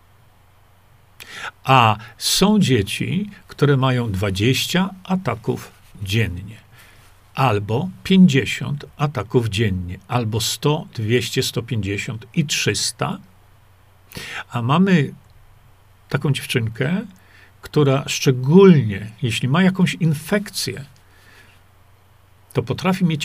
A są dzieci, które mają 20 ataków dziennie, albo 50 ataków dziennie, albo 100, 200, 150 i 300. A mamy taką dziewczynkę, która szczególnie, jeśli ma jakąś infekcję, to potrafi mieć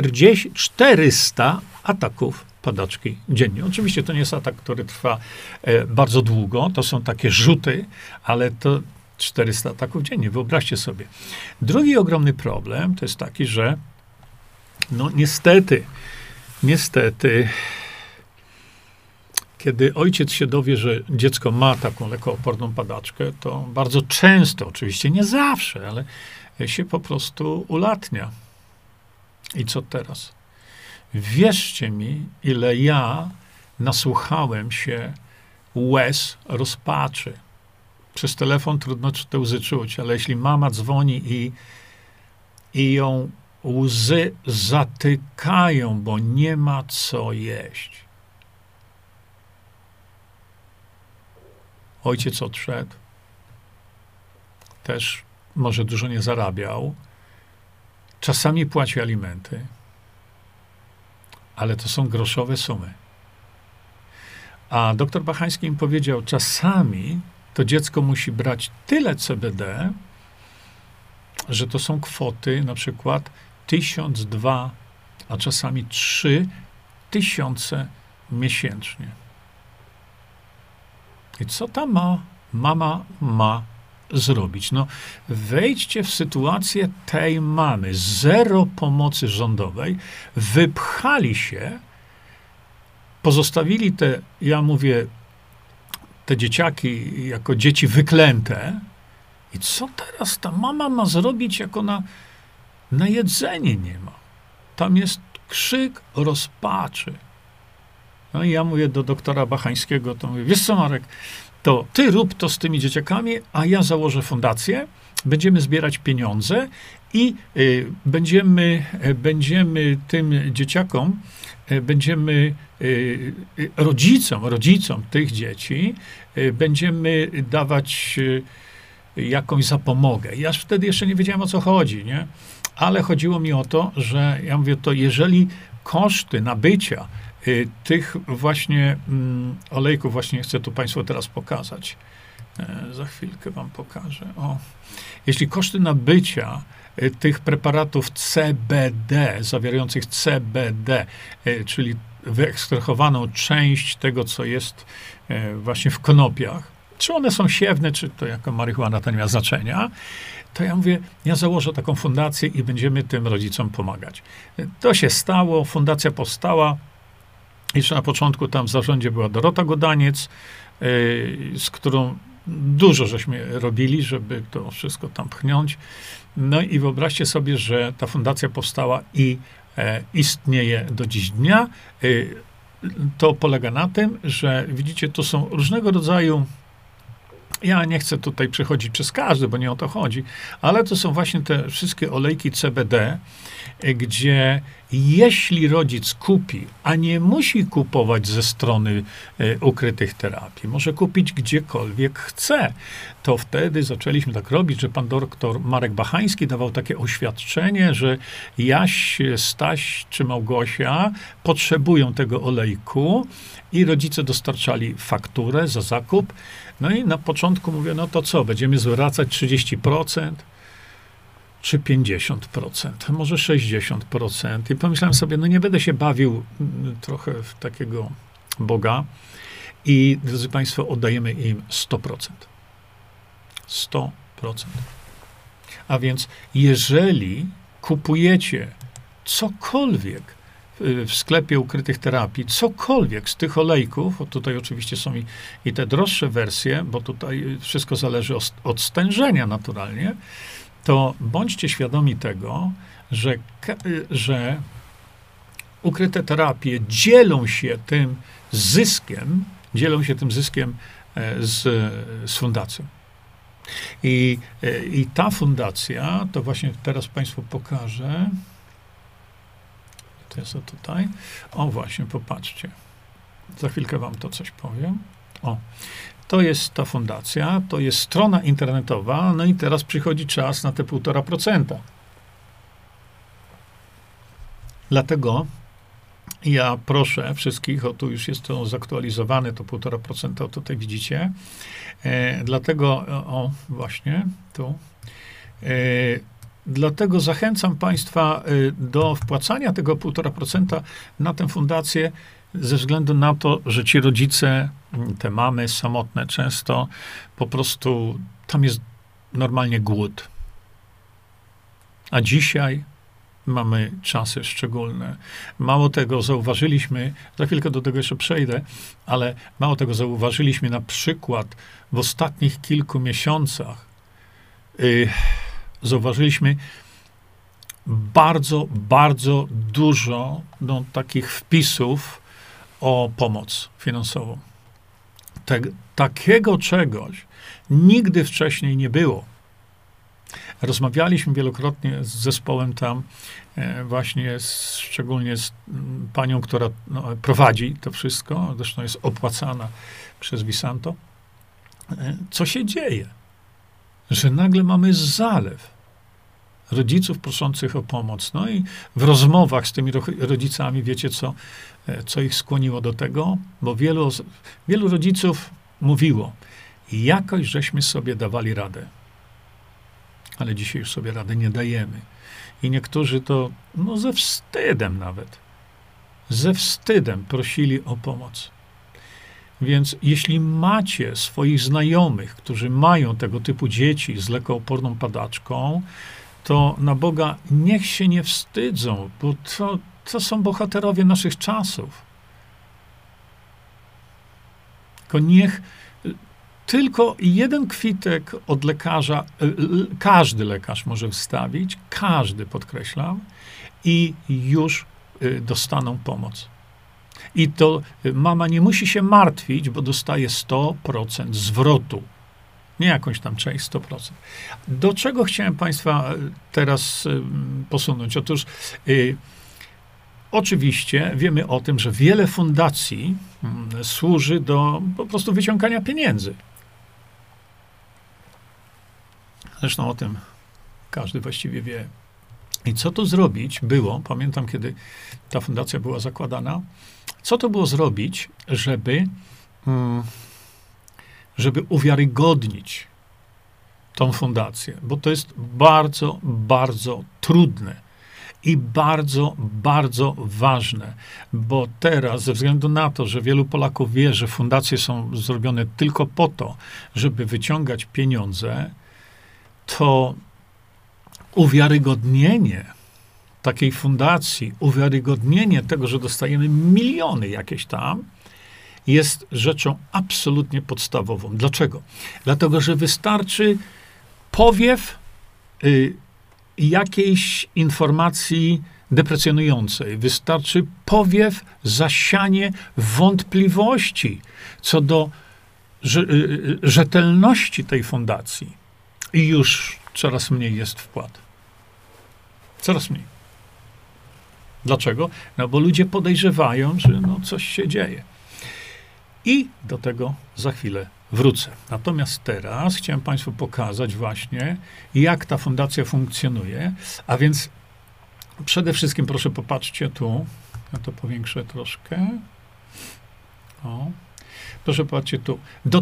400 ataków padaczki dziennie. Oczywiście to nie jest atak, który trwa bardzo długo, to są takie rzuty, ale to 400 ataków dziennie, wyobraźcie sobie. Drugi ogromny problem to jest taki, że no niestety, kiedy ojciec się dowie, że dziecko ma taką lekooporną padaczkę, to bardzo często, oczywiście nie zawsze, ale się po prostu ulatnia. I co teraz? Wierzcie mi, ile ja nasłuchałem się łez rozpaczy. Przez telefon trudno te łzy czuć, ale jeśli mama dzwoni i ją łzy zatykają, bo nie ma co jeść. Ojciec odszedł. Też może dużo nie zarabiał. Czasami płaci alimenty. Ale to są groszowe sumy. A doktor Bachański im powiedział, czasami to dziecko musi brać tyle CBD, że to są kwoty na przykład 1002, a czasami 3000 miesięcznie. I co ta mama ma zrobić? No, wejdźcie w sytuację tej mamy. Zero pomocy rządowej. Wypchali się, pozostawili te dzieciaki jako dzieci wyklęte. I co teraz ta mama ma zrobić, jak ona na jedzenie nie ma? Tam jest krzyk rozpaczy. No i ja mówię do doktora Bachańskiego, to mówię, wiesz co, Marek, to ty rób to z tymi dzieciakami, a ja założę fundację, będziemy zbierać pieniądze i będziemy tym dzieciakom, rodzicom tych dzieci, będziemy dawać jakąś zapomogę. Ja wtedy jeszcze nie wiedziałem, o co chodzi, nie? Ale chodziło mi o to, że ja mówię, to jeżeli koszty nabycia tych właśnie olejków, właśnie chcę tu Państwu teraz pokazać. Za chwilkę wam pokażę. O. Jeśli koszty nabycia tych preparatów CBD, zawierających CBD, czyli wyekstrahowaną część tego, co jest właśnie w konopiach, czy one są siewne, czy to jako marihuana, to nie ma znaczenia, to ja mówię, ja założę taką fundację i będziemy tym rodzicom pomagać. To się stało, fundacja powstała. Jeszcze na początku tam w zarządzie była Dorota Godaniec, z którą dużo żeśmy robili, żeby to wszystko tam pchnąć. No i wyobraźcie sobie, że ta fundacja powstała i istnieje do dziś dnia. To polega na tym, że widzicie, to są różnego rodzaju, ja nie chcę tutaj przechodzić przez każdy, bo nie o to chodzi, ale to są właśnie te wszystkie olejki CBD, gdzie jeśli rodzic kupi, a nie musi kupować ze strony ukrytych terapii, może kupić gdziekolwiek chce, to wtedy zaczęliśmy tak robić, że pan doktor Marek Bachański dawał takie oświadczenie, że Jaś, Staś czy Małgosia potrzebują tego olejku i rodzice dostarczali fakturę za zakup. No i na początku mówię, no to co, będziemy zwracać 30%? Czy 50%, może 60%. I pomyślałem sobie, no nie będę się bawił trochę w takiego Boga. I, drodzy Państwo, oddajemy im 100%. 100%. A więc, jeżeli kupujecie cokolwiek w sklepie ukrytych terapii, cokolwiek z tych olejków, bo tutaj oczywiście są i te droższe wersje, bo tutaj wszystko zależy od stężenia naturalnie, to bądźcie świadomi tego, że ukryte terapie dzielą się tym zyskiem z fundacją. I ta fundacja, to właśnie teraz Państwu pokażę. To jest to tutaj. O, właśnie, popatrzcie. Za chwilkę Wam to coś powiem. O. To jest ta fundacja, to jest strona internetowa, no i teraz przychodzi czas na te 1,5%. Dlatego ja proszę wszystkich, o tu już jest to zaktualizowane, to 1,5%, tutaj widzicie. Dlatego, o właśnie, tu. Dlatego zachęcam Państwa do wpłacania tego 1,5% na tę fundację, ze względu na to, że ci rodzice, te mamy samotne często, po prostu tam jest normalnie głód. A dzisiaj mamy czasy szczególne. Mało tego zauważyliśmy, za chwilkę do tego jeszcze przejdę, ale mało tego zauważyliśmy na przykład w ostatnich kilku miesiącach, zauważyliśmy bardzo, bardzo dużo takich wpisów o pomoc finansową. Takiego czegoś nigdy wcześniej nie było. Rozmawialiśmy wielokrotnie z zespołem tam, właśnie szczególnie z panią, która prowadzi to wszystko, zresztą jest opłacana przez Visanto. Co się dzieje? Że nagle mamy zalew rodziców proszących o pomoc. No i w rozmowach z tymi rodzicami, wiecie co ich skłoniło do tego? Bo wielu rodziców mówiło, jakoś żeśmy sobie dawali radę. Ale dzisiaj już sobie rady nie dajemy. I niektórzy to, ze wstydem nawet, ze wstydem prosili o pomoc. Więc jeśli macie swoich znajomych, którzy mają tego typu dzieci z lekooporną padaczką, to na Boga niech się nie wstydzą, bo to są bohaterowie naszych czasów. Tylko jeden kwitek od lekarza, każdy lekarz może wstawić, każdy, podkreślam, i już dostaną pomoc. I to mama nie musi się martwić, bo dostaje 100% zwrotu. Nie jakąś tam część, 100%. Do czego chciałem Państwa teraz posunąć? Otóż oczywiście wiemy o tym, że wiele fundacji służy do po prostu wyciągania pieniędzy. Zresztą o tym każdy właściwie wie. I co tu zrobić było, pamiętam kiedy ta fundacja była zakładana, co to było zrobić, żeby uwiarygodnić tą fundację, bo to jest bardzo, bardzo trudne i bardzo, bardzo ważne, bo teraz ze względu na to, że wielu Polaków wie, że fundacje są zrobione tylko po to, żeby wyciągać pieniądze, to uwiarygodnienie takiej fundacji, uwiarygodnienie tego, że dostajemy miliony jakieś tam, jest rzeczą absolutnie podstawową. Dlaczego? Dlatego, że wystarczy powiew jakiejś informacji deprecjonującej. Wystarczy powiew, zasianie wątpliwości co do rzetelności tej fundacji. I już coraz mniej jest wpłat. Coraz mniej. Dlaczego? No bo ludzie podejrzewają, że no coś się dzieje. I do tego za chwilę wrócę. Natomiast teraz chciałem Państwu pokazać właśnie, jak ta fundacja funkcjonuje. A więc przede wszystkim proszę popatrzcie tu. Ja to powiększę troszkę. O. Proszę popatrzcie tu.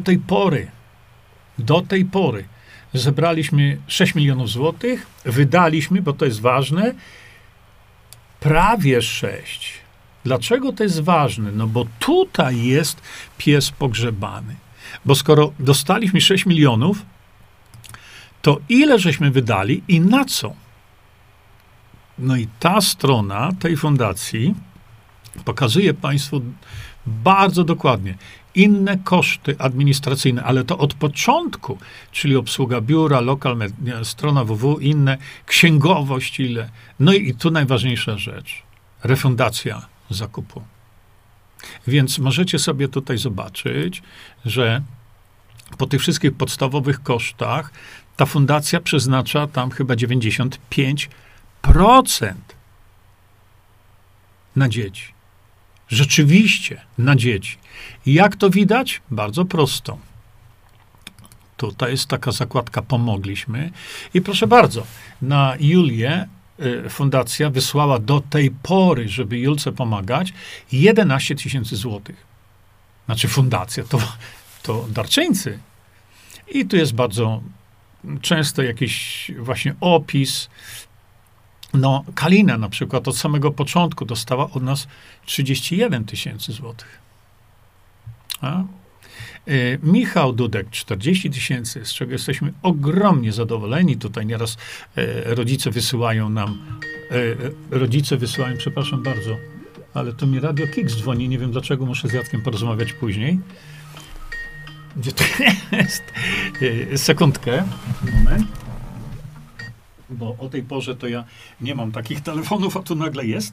Do tej pory zebraliśmy 6 milionów złotych, wydaliśmy, bo to jest ważne, prawie 6. Dlaczego to jest ważne? No bo tutaj jest pies pogrzebany. Bo skoro dostaliśmy 6 milionów, to ile żeśmy wydali i na co? No i ta strona tej fundacji pokazuje Państwu bardzo dokładnie inne koszty administracyjne, ale to od początku, czyli obsługa biura, lokal, strona www, inne, księgowość, ile. No i tu najważniejsza rzecz, refundacja zakupu. Więc możecie sobie tutaj zobaczyć, że po tych wszystkich podstawowych kosztach ta fundacja przeznacza tam chyba 95% na dzieci. Rzeczywiście na dzieci. I jak to widać? Bardzo prosto. Tutaj jest taka zakładka Pomogliśmy. I proszę bardzo, na Julię fundacja wysłała do tej pory, żeby Julce pomagać, 11 000 złotych. Znaczy fundacja, to darczyńcy. I tu jest bardzo często jakiś właśnie opis. No, Kalina na przykład od samego początku dostała od nas 31 000 złotych. Michał Dudek 40 000, z czego jesteśmy ogromnie zadowoleni. Tutaj nieraz rodzice wysyłają, przepraszam bardzo, ale to mi Radio Kix dzwoni, nie wiem dlaczego, muszę z Jackiem porozmawiać później. Gdzie to jest? Sekundkę, moment. Bo o tej porze to ja nie mam takich telefonów, a tu nagle jest.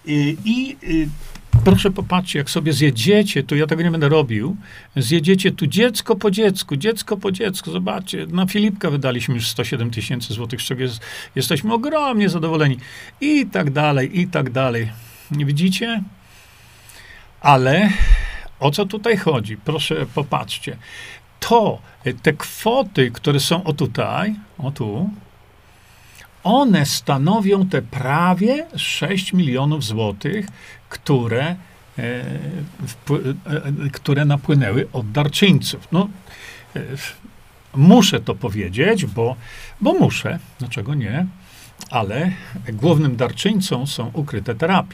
Proszę popatrzcie, jak sobie zjedziecie, to ja tego nie będę robił, zjedziecie tu dziecko po dziecku, zobaczcie, na Filipka wydaliśmy już 107 000 złotych, z czego jesteśmy ogromnie zadowoleni. I tak dalej. Nie widzicie? Ale o co tutaj chodzi? Proszę popatrzcie. Te kwoty, które są o tu, one stanowią te prawie 6 milionów złotych, które napłynęły od darczyńców. No, muszę to powiedzieć, bo muszę, dlaczego nie, ale głównym darczyńcą są Ukryte Terapie.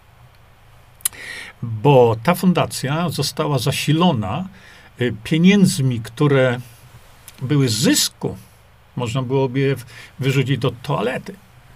Bo ta fundacja została zasilona pieniędzmi, które były z zysku. Można byłoby je wyrzucić do toalety.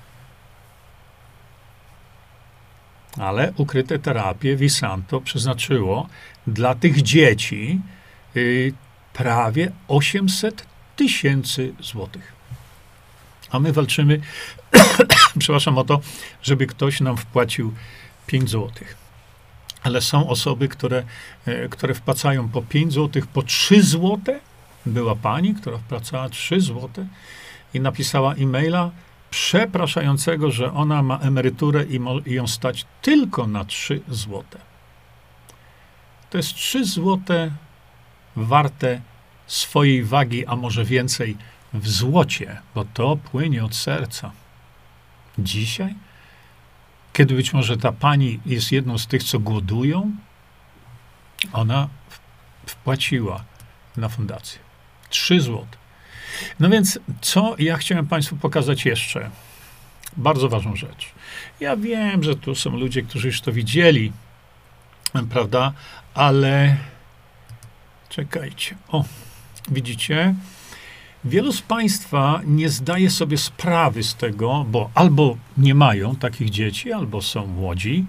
Ale Ukryte Terapie Visanto przeznaczyło dla tych dzieci prawie 800 000 złotych. A my walczymy, przepraszam, o to, żeby ktoś nam wpłacił 5 złotych. Ale są osoby, które wpłacają po 5 złotych, po 3 złote. Była pani, która wpłacała 3 złote i napisała e-maila przepraszającego, że ona ma emeryturę i ją stać tylko na 3 złote. To jest 3 złote warte swojej wagi, a może więcej w złocie, bo to płynie od serca. Dzisiaj, kiedy być może ta pani jest jedną z tych, co głodują, ona wpłaciła na fundację. 3 złote. No więc, co ja chciałem Państwu pokazać jeszcze? Bardzo ważną rzecz. Ja wiem, że tu są ludzie, którzy już to widzieli, prawda? Ale czekajcie. O, widzicie? Wielu z Państwa nie zdaje sobie sprawy z tego, bo albo nie mają takich dzieci, albo są młodzi.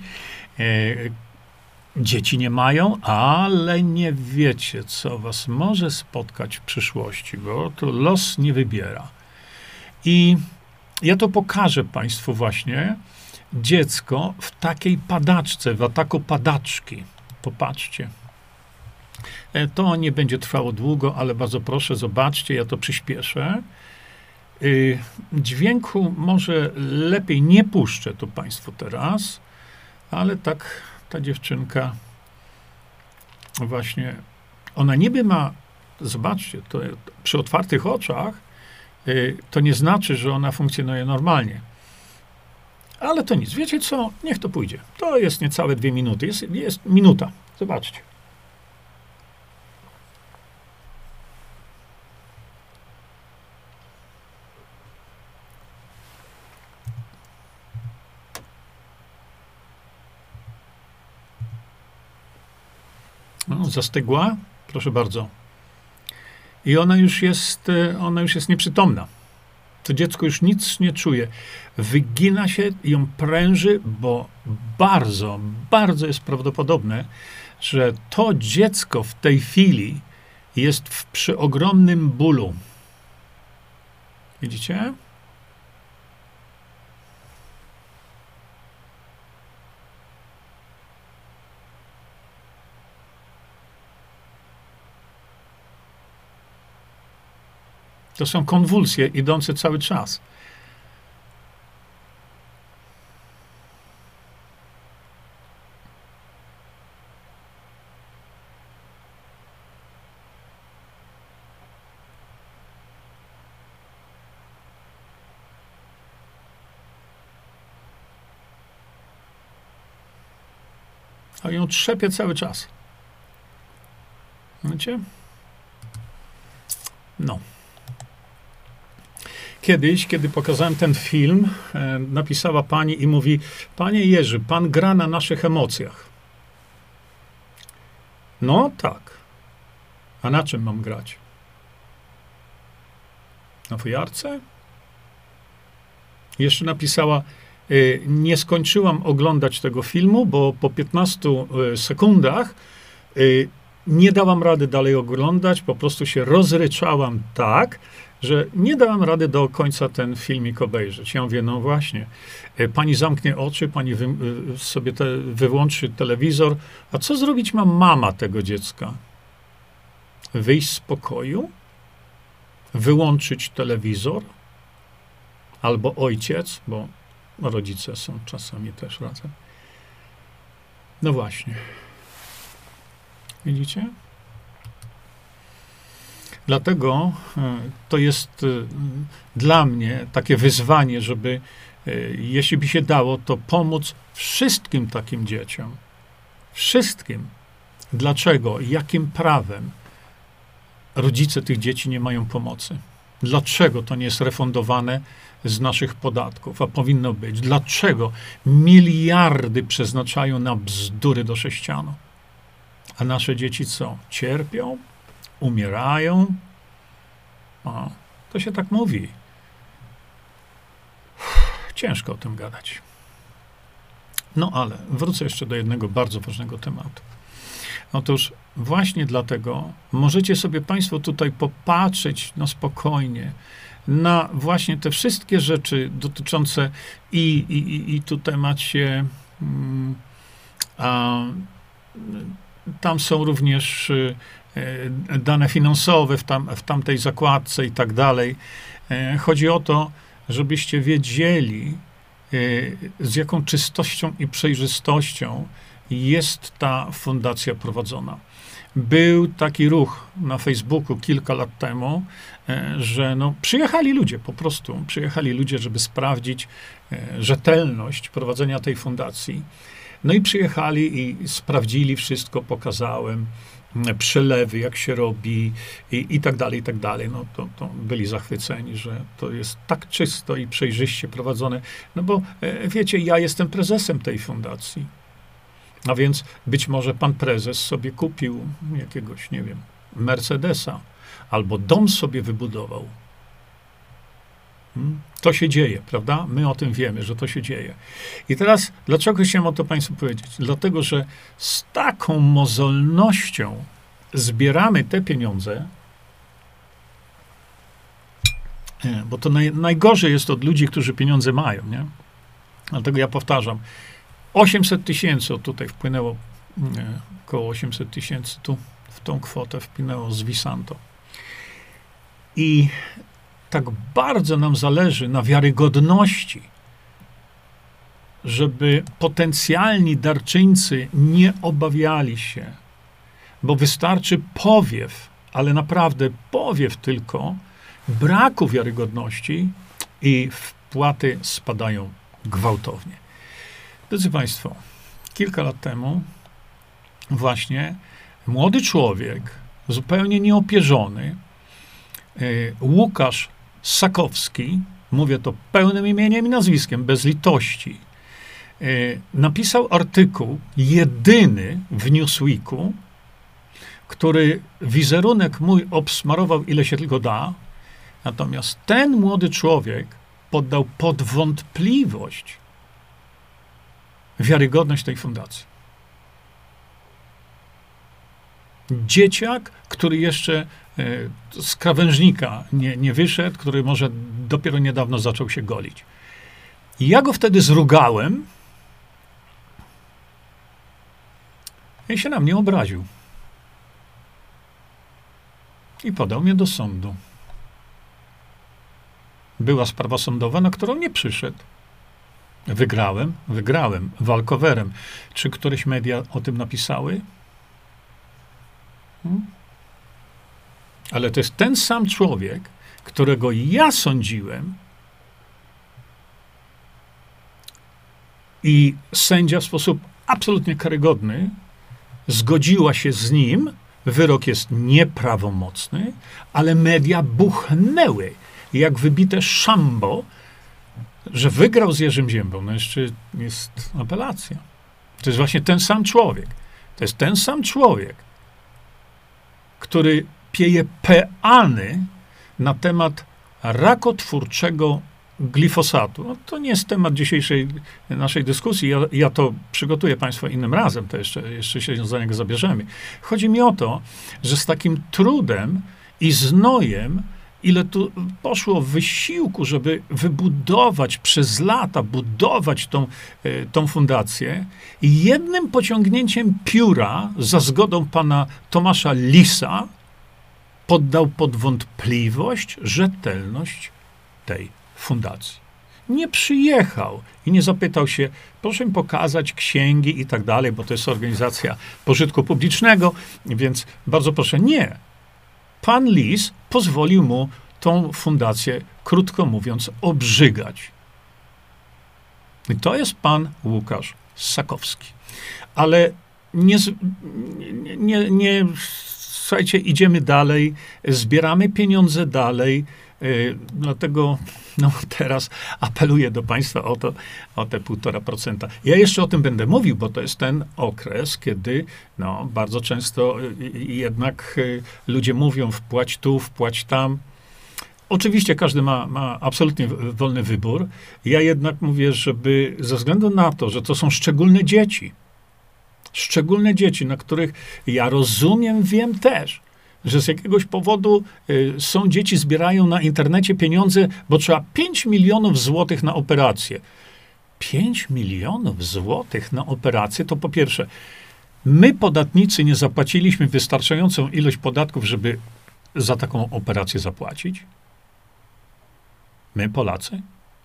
Dzieci nie mają, ale nie wiecie, co was może spotkać w przyszłości, bo to los nie wybiera. I ja to pokażę Państwu właśnie dziecko w takiej padaczce, w ataku padaczki. Popatrzcie. To nie będzie trwało długo, ale bardzo proszę, zobaczcie, ja to przyspieszę. Dźwięku może lepiej nie puszczę tu Państwu teraz, ale tak ta dziewczynka właśnie, ona niby ma, zobaczcie, to przy otwartych oczach to nie znaczy, że ona funkcjonuje normalnie. Ale to nic. Wiecie co? Niech to pójdzie. To jest niecałe 2 minuty. Jest minuta. Zobaczcie. No, zastygła. Proszę bardzo. I ona już jest nieprzytomna. To dziecko już nic nie czuje. Wygina się, ją pręży, bo bardzo, bardzo jest prawdopodobne, że to dziecko w tej chwili jest przy ogromnym bólu. Widzicie? To są konwulsje idące cały czas. A ją trzepie cały czas. Wiecie? No. Kiedyś, kiedy pokazałem ten film, napisała pani i mówi: Panie Jerzy, pan gra na naszych emocjach. No tak. A na czym mam grać? Na fujarce? Jeszcze napisała: nie skończyłam oglądać tego filmu, bo po 15 sekundach nie dałam rady dalej oglądać, po prostu się rozryczałam tak, że nie dałam rady do końca ten filmik obejrzeć. Ja mówię, no właśnie, pani zamknie oczy, pani sobie wyłączy telewizor, a co zrobić ma mama tego dziecka? Wyjść z pokoju? Wyłączyć telewizor? Albo ojciec, bo rodzice są czasami też razem. No właśnie. Widzicie? Dlatego to jest dla mnie takie wyzwanie, żeby, jeśli by się dało, to pomóc wszystkim takim dzieciom. Wszystkim. Dlaczego? Jakim prawem rodzice tych dzieci nie mają pomocy? Dlaczego to nie jest refundowane z naszych podatków, a powinno być? Dlaczego miliardy przeznaczają na bzdury do sześcianu? A nasze dzieci co? Cierpią? Umierają? O, to się tak mówi. Ciężko o tym gadać. No ale wrócę jeszcze do jednego bardzo ważnego tematu. Otóż właśnie dlatego możecie sobie państwo tutaj popatrzeć no spokojnie na właśnie te wszystkie rzeczy dotyczące i tutaj macie tam są również dane finansowe w tamtej zakładce i tak dalej. Chodzi o to, żebyście wiedzieli, z jaką czystością i przejrzystością jest ta fundacja prowadzona. Był taki ruch na Facebooku kilka lat temu, że no, przyjechali ludzie, po prostu przyjechali ludzie, żeby sprawdzić rzetelność prowadzenia tej fundacji. No i przyjechali i sprawdzili wszystko, pokazałem, przelewy, jak się robi i tak dalej, i tak dalej. No to byli zachwyceni, że to jest tak czysto i przejrzyście prowadzone. No bo wiecie, ja jestem prezesem tej fundacji. A więc być może pan prezes sobie kupił jakiegoś, nie wiem, Mercedesa albo dom sobie wybudował. To się dzieje, prawda? My o tym wiemy, że to się dzieje. I teraz, dlaczego chciałem o to państwu powiedzieć? Dlatego, że z taką mozolnością zbieramy te pieniądze, bo to najgorzej jest od ludzi, którzy pieniądze mają, nie? Dlatego ja powtarzam, 800 000, tutaj wpłynęło około 800 000, tu w tą kwotę wpłynęło z Visanto. I tak bardzo nam zależy na wiarygodności żeby potencjalni darczyńcy nie obawiali się, bo wystarczy powiew, ale naprawdę powiew tylko, braku wiarygodności i wpłaty spadają gwałtownie. Drodzy Państwo, kilka lat temu właśnie młody człowiek, zupełnie nieopierzony, Łukasz Sakowski, mówię to pełnym imieniem i nazwiskiem, bez litości, napisał artykuł, jedyny w Newsweeku, który wizerunek mój obsmarował ile się tylko da, natomiast ten młody człowiek poddał pod wątpliwość wiarygodność tej fundacji. Dzieciak, który jeszcze z krawężnika nie wyszedł, który może dopiero niedawno zaczął się golić. I ja go wtedy zrugałem i się na mnie obraził. I podał mnie do sądu. Była sprawa sądowa, na którą nie przyszedł. Wygrałem walkowerem. Czy któreś media o tym napisały? Ale to jest ten sam człowiek, którego ja sądziłem i sędzia w sposób absolutnie karygodny zgodziła się z nim, wyrok jest nieprawomocny, ale media buchnęły jak wybite szambo, że wygrał z Jerzym Ziębą. No jeszcze jest apelacja. To jest właśnie ten sam człowiek. To jest ten sam człowiek, który pieje peany na temat rakotwórczego glifosatu. No, to nie jest temat dzisiejszej naszej dyskusji. Ja to przygotuję Państwu innym razem, to jeszcze się za niego zabierzemy. Chodzi mi o to, że z takim trudem i znojem, ile tu poszło wysiłku, żeby wybudować przez lata, budować tą fundację, i jednym pociągnięciem pióra za zgodą pana Tomasza Lisa poddał pod wątpliwość rzetelność tej fundacji. Nie przyjechał i nie zapytał się, proszę mi pokazać księgi i tak dalej, bo to jest organizacja pożytku publicznego, więc bardzo proszę, nie. Pan Lis pozwolił mu tą fundację, krótko mówiąc, obrzygać. I to jest pan Łukasz Sakowski. Ale słuchajcie, idziemy dalej, zbieramy pieniądze dalej, dlatego teraz apeluję do Państwa o te 1,5%. Ja jeszcze o tym będę mówił, bo to jest ten okres, kiedy bardzo często jednak ludzie mówią wpłać tu, wpłać tam. Oczywiście każdy ma absolutnie wolny wybór. Ja jednak mówię, żeby ze względu na to, że to są szczególne dzieci, na których ja rozumiem, wiem też, że z jakiegoś powodu są dzieci, zbierają na internecie pieniądze, bo trzeba 5 milionów złotych na operację. 5 milionów złotych na operację to po pierwsze, my podatnicy nie zapłaciliśmy wystarczającą ilość podatków, żeby za taką operację zapłacić. My, Polacy.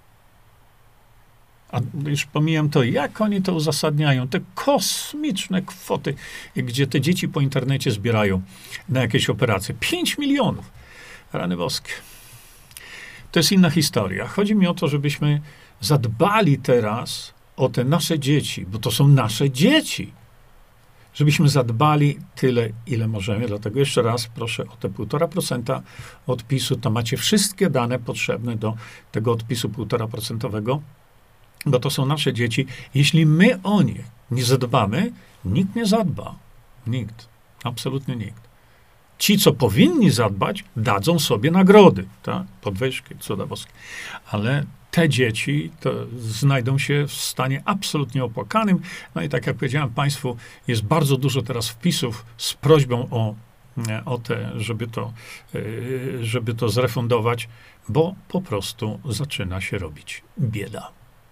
A już pomijam to, jak oni to uzasadniają, te kosmiczne kwoty, gdzie te dzieci po internecie zbierają na jakieś operacje. 5 milionów. Rany boskie. To jest inna historia. Chodzi mi o to, żebyśmy zadbali teraz o te nasze dzieci, bo to są nasze dzieci. Żebyśmy zadbali tyle, ile możemy. Dlatego jeszcze raz proszę o te 1,5% odpisu. Tam macie wszystkie dane potrzebne do tego odpisu 1,5%. Bo to są nasze dzieci. Jeśli my o nie nie zadbamy, nikt nie zadba. Nikt. Absolutnie nikt. Ci, co powinni zadbać, dadzą sobie nagrody, tak? Podwyżki, cuda boskie. Ale te dzieci to znajdą się w stanie absolutnie opłakanym. No i tak jak powiedziałem Państwu, jest bardzo dużo teraz wpisów z prośbą o te, żeby to zrefundować, bo po prostu zaczyna się robić bieda.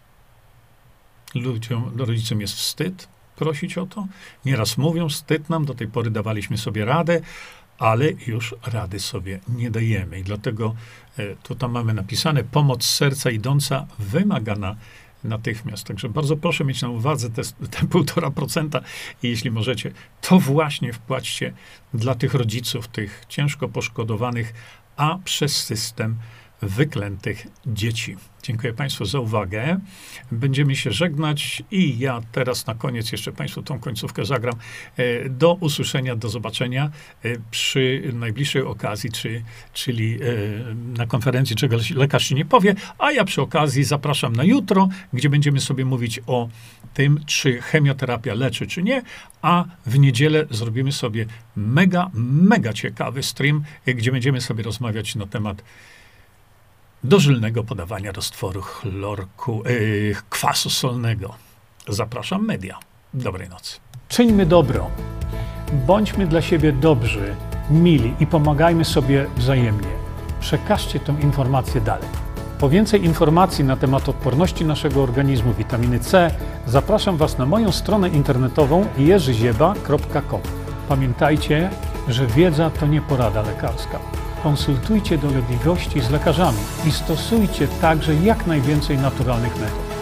Rodzicom jest wstyd prosić o to. Nieraz mówią, wstyd nam, do tej pory dawaliśmy sobie radę, ale już rady sobie nie dajemy. I dlatego tu tam mamy napisane, pomoc z serca idąca, wymagana natychmiast. Także bardzo proszę mieć na uwadze te 1,5%, i jeśli możecie, to właśnie wpłaćcie dla tych rodziców, tych ciężko poszkodowanych, a przez system wyklętych dzieci. Dziękuję Państwu za uwagę. Będziemy się żegnać i ja teraz na koniec jeszcze Państwu tą końcówkę zagram. Do usłyszenia, do zobaczenia przy najbliższej okazji, czyli na konferencji, czego lekarz ci nie powie, a ja przy okazji zapraszam na jutro, gdzie będziemy sobie mówić o tym, czy chemioterapia leczy, czy nie, a w niedzielę zrobimy sobie mega ciekawy stream, gdzie będziemy sobie rozmawiać na temat dożylnego podawania roztworu kwasu solnego. Zapraszam media. Dobrej nocy. Czyńmy dobro. Bądźmy dla siebie dobrzy, mili i pomagajmy sobie wzajemnie. Przekażcie tę informację dalej. Po więcej informacji na temat odporności naszego organizmu, witaminy C, zapraszam Was na moją stronę internetową jerzyzieba.com. Pamiętajcie, że wiedza to nie porada lekarska. Konsultujcie dolegliwości z lekarzami i stosujcie także jak najwięcej naturalnych metod.